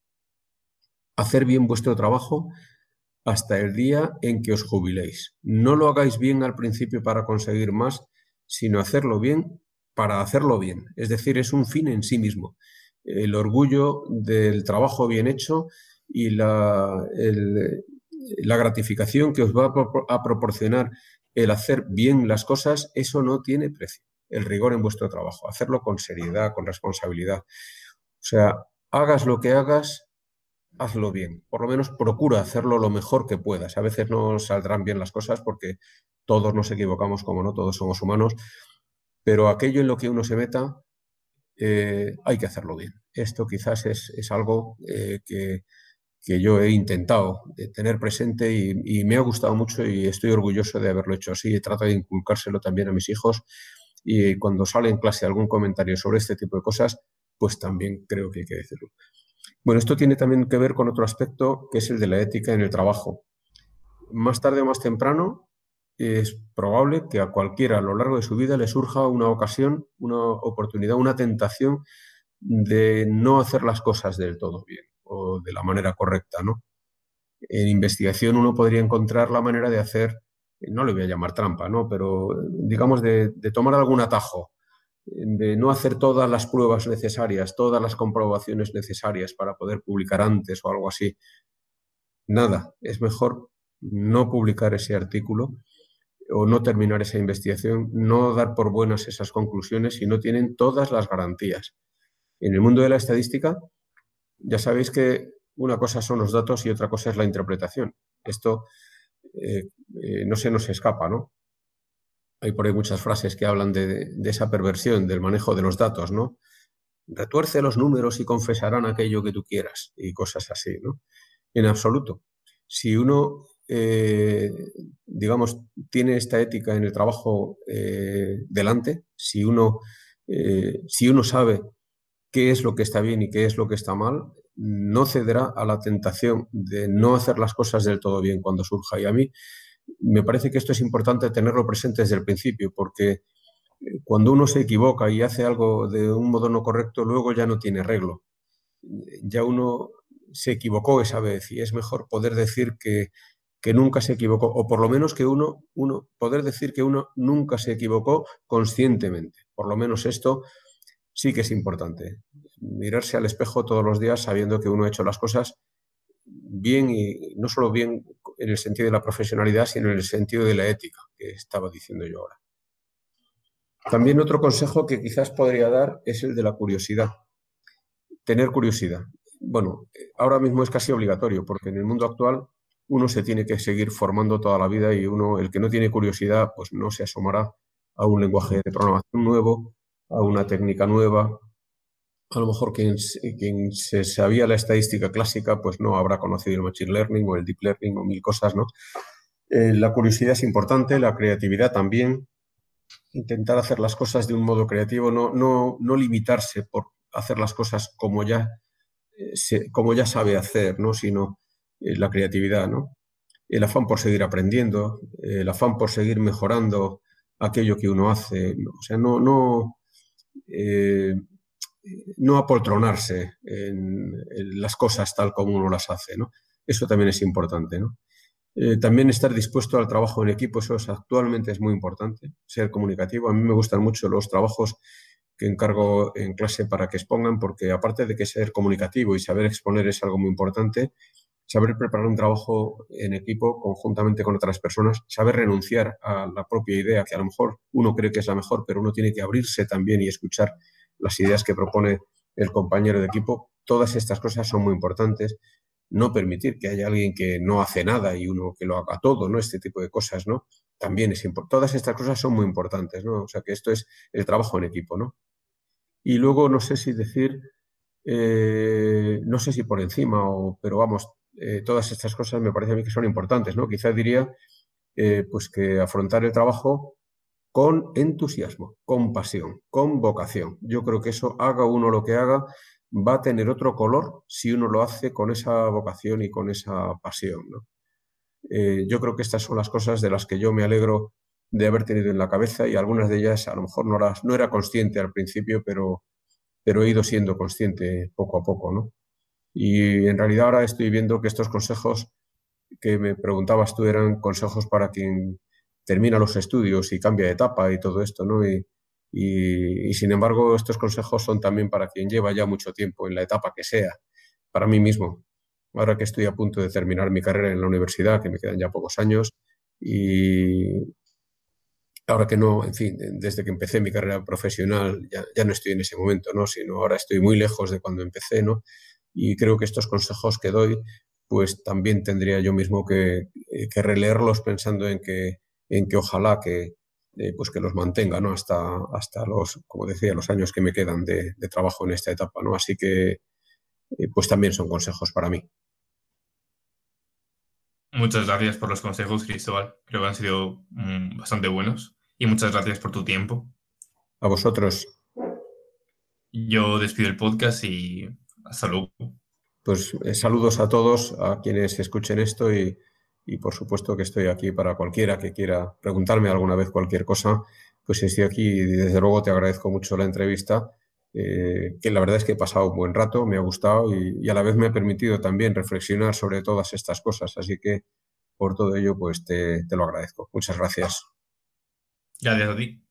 Hacer bien vuestro trabajo hasta el día en que os jubiléis. No lo hagáis bien al principio para conseguir más, sino hacerlo bien para hacerlo bien. Es decir, es un fin en sí mismo. El orgullo del trabajo bien hecho y la, el, la gratificación que os va a, a proporcionar el hacer bien las cosas, eso no tiene precio. El rigor en vuestro trabajo, hacerlo con seriedad, con responsabilidad. O sea, hagas lo que hagas, hazlo bien. Por lo menos procura hacerlo lo mejor que puedas. A veces no saldrán bien las cosas porque todos nos equivocamos, como no, todos somos humanos, pero aquello en lo que uno se meta, eh, hay que hacerlo bien. Esto quizás es, es algo eh, que, que, yo he intentado tener presente y, y, me ha gustado mucho y estoy orgulloso de haberlo hecho así. Trato de inculcárselo también a mis hijos y cuando sale en clase algún comentario sobre este tipo de cosas, pues también creo que hay que decirlo. Bueno, esto tiene también que ver con otro aspecto que es el de la ética en el trabajo. Más tarde o más temprano es probable que a cualquiera a lo largo de su vida le surja una ocasión, una oportunidad, una tentación de no hacer las cosas del todo bien o de la manera correcta, ¿no? En investigación uno podría encontrar la manera de hacer, no le voy a llamar trampa, ¿no? Pero digamos de, de tomar algún atajo, de no hacer todas las pruebas necesarias, todas las comprobaciones necesarias para poder publicar antes o algo así. Nada, es mejor no publicar ese artículo o no terminar esa investigación, no dar por buenas esas conclusiones si no tienen todas las garantías. En el mundo de la estadística, ya sabéis que una cosa son los datos y otra cosa es la interpretación. Esto eh, eh, no se nos escapa, ¿no? Hay por ahí muchas frases que hablan de, de esa perversión del manejo de los datos, ¿no? Retuerce los números y confesarán aquello que tú quieras y cosas así, ¿no? En absoluto. Si uno, eh, digamos, tiene esta ética en el trabajo eh, delante, si uno, eh, si uno sabe qué es lo que está bien y qué es lo que está mal, no cederá a la tentación de no hacer las cosas del todo bien cuando surja. Y a mí me parece que esto es importante tenerlo presente desde el principio, porque cuando uno se equivoca y hace algo de un modo no correcto, luego ya no tiene arreglo. Ya uno se equivocó esa vez y es mejor poder decir que, que nunca se equivocó, o por lo menos que uno, uno, poder decir que uno nunca se equivocó conscientemente. Por lo menos esto sí que es importante. Mirarse al espejo todos los días sabiendo que uno ha hecho las cosas bien y no solo bien en el sentido de la profesionalidad, sino en el sentido de la ética que estaba diciendo yo ahora. También otro consejo que quizás podría dar es el de la curiosidad. Tener curiosidad. bueno, ahora mismo es casi obligatorio, porque en el mundo actual uno se tiene que seguir formando toda la vida y uno, el que no tiene curiosidad, pues no se asomará a un lenguaje de programación nuevo, a una técnica nueva. A lo mejor quien, quien se sabía la estadística clásica, pues no habrá conocido el machine learning o el deep learning o mil cosas, ¿no? Eh, la curiosidad es importante, la creatividad también. Intentar hacer las cosas de un modo creativo, no, no, no limitarse por hacer las cosas como ya, eh, se, como ya sabe hacer, ¿no? Sino eh, la creatividad, ¿no? El afán por seguir aprendiendo, eh, el afán por seguir mejorando aquello que uno hace. O sea, no, no, eh, no apoltronarse en, en, las cosas tal como uno las hace, ¿no? Eso también es importante, ¿no? Eh, también estar dispuesto al trabajo en equipo, eso es, actualmente es muy importante, ser comunicativo. A mí me gustan mucho los trabajos que encargo en clase para que expongan, porque aparte de que ser comunicativo y saber exponer es algo muy importante, saber preparar un trabajo en equipo conjuntamente con otras personas, saber renunciar a la propia idea, que a lo mejor uno cree que es la mejor, pero uno tiene que abrirse también y escuchar las ideas que propone el compañero de equipo. Todas estas cosas son muy importantes. No permitir que haya alguien que no hace nada y uno que lo haga todo, ¿no? Este tipo de cosas, ¿no? También es importante. Todas estas cosas son muy importantes, ¿no? O sea, que esto es el trabajo en equipo, ¿no? Y luego, no sé si decir, eh, no sé si por encima, o, pero vamos, eh, todas estas cosas me parece a mí que son importantes, ¿no? Quizás diría, eh, pues que afrontar el trabajo con entusiasmo, con pasión, con vocación. Yo creo que eso, haga uno lo que haga, va a tener otro color si uno lo hace con esa vocación y con esa pasión, ¿no? Eh, yo creo que estas son las cosas de las que yo me alegro de haber tenido en la cabeza y algunas de ellas a lo mejor no, las, no era consciente al principio, pero, pero he ido siendo consciente poco a poco, ¿no? Y en realidad ahora estoy viendo que estos consejos que me preguntabas tú eran consejos para quien termina los estudios y cambia de etapa y todo esto, ¿no? Y, y, y sin embargo, estos consejos son también para quien lleva ya mucho tiempo en la etapa que sea, para mí mismo. Ahora que estoy a punto de terminar mi carrera en la universidad, que me quedan ya pocos años, y ahora que no, en fin, desde que empecé mi carrera profesional, ya, ya no estoy en ese momento, ¿no? Sino ahora estoy muy lejos de cuando empecé, ¿no? Y creo que estos consejos que doy, pues también tendría yo mismo que, que releerlos pensando en que, en que ojalá que, eh, pues que los mantenga, ¿no? Hasta, hasta los, como decía, los años que me quedan de, de trabajo en esta etapa, ¿no? Así que, eh, pues también son consejos para mí. Muchas gracias por los consejos, Cristóbal. Creo que han sido mm, bastante buenos. Y muchas gracias por tu tiempo. A vosotros, Yo despido el podcast y hasta luego. pues eh, saludos a todos, a quienes escuchen esto y, y por supuesto que estoy aquí para cualquiera que quiera preguntarme alguna vez cualquier cosa, pues estoy aquí y desde luego te agradezco mucho la entrevista, eh, que la verdad es que he pasado un buen rato, me ha gustado y, y a la vez me ha permitido también reflexionar sobre todas estas cosas, así que por todo ello pues te, te lo agradezco. Muchas gracias. Gracias a ti.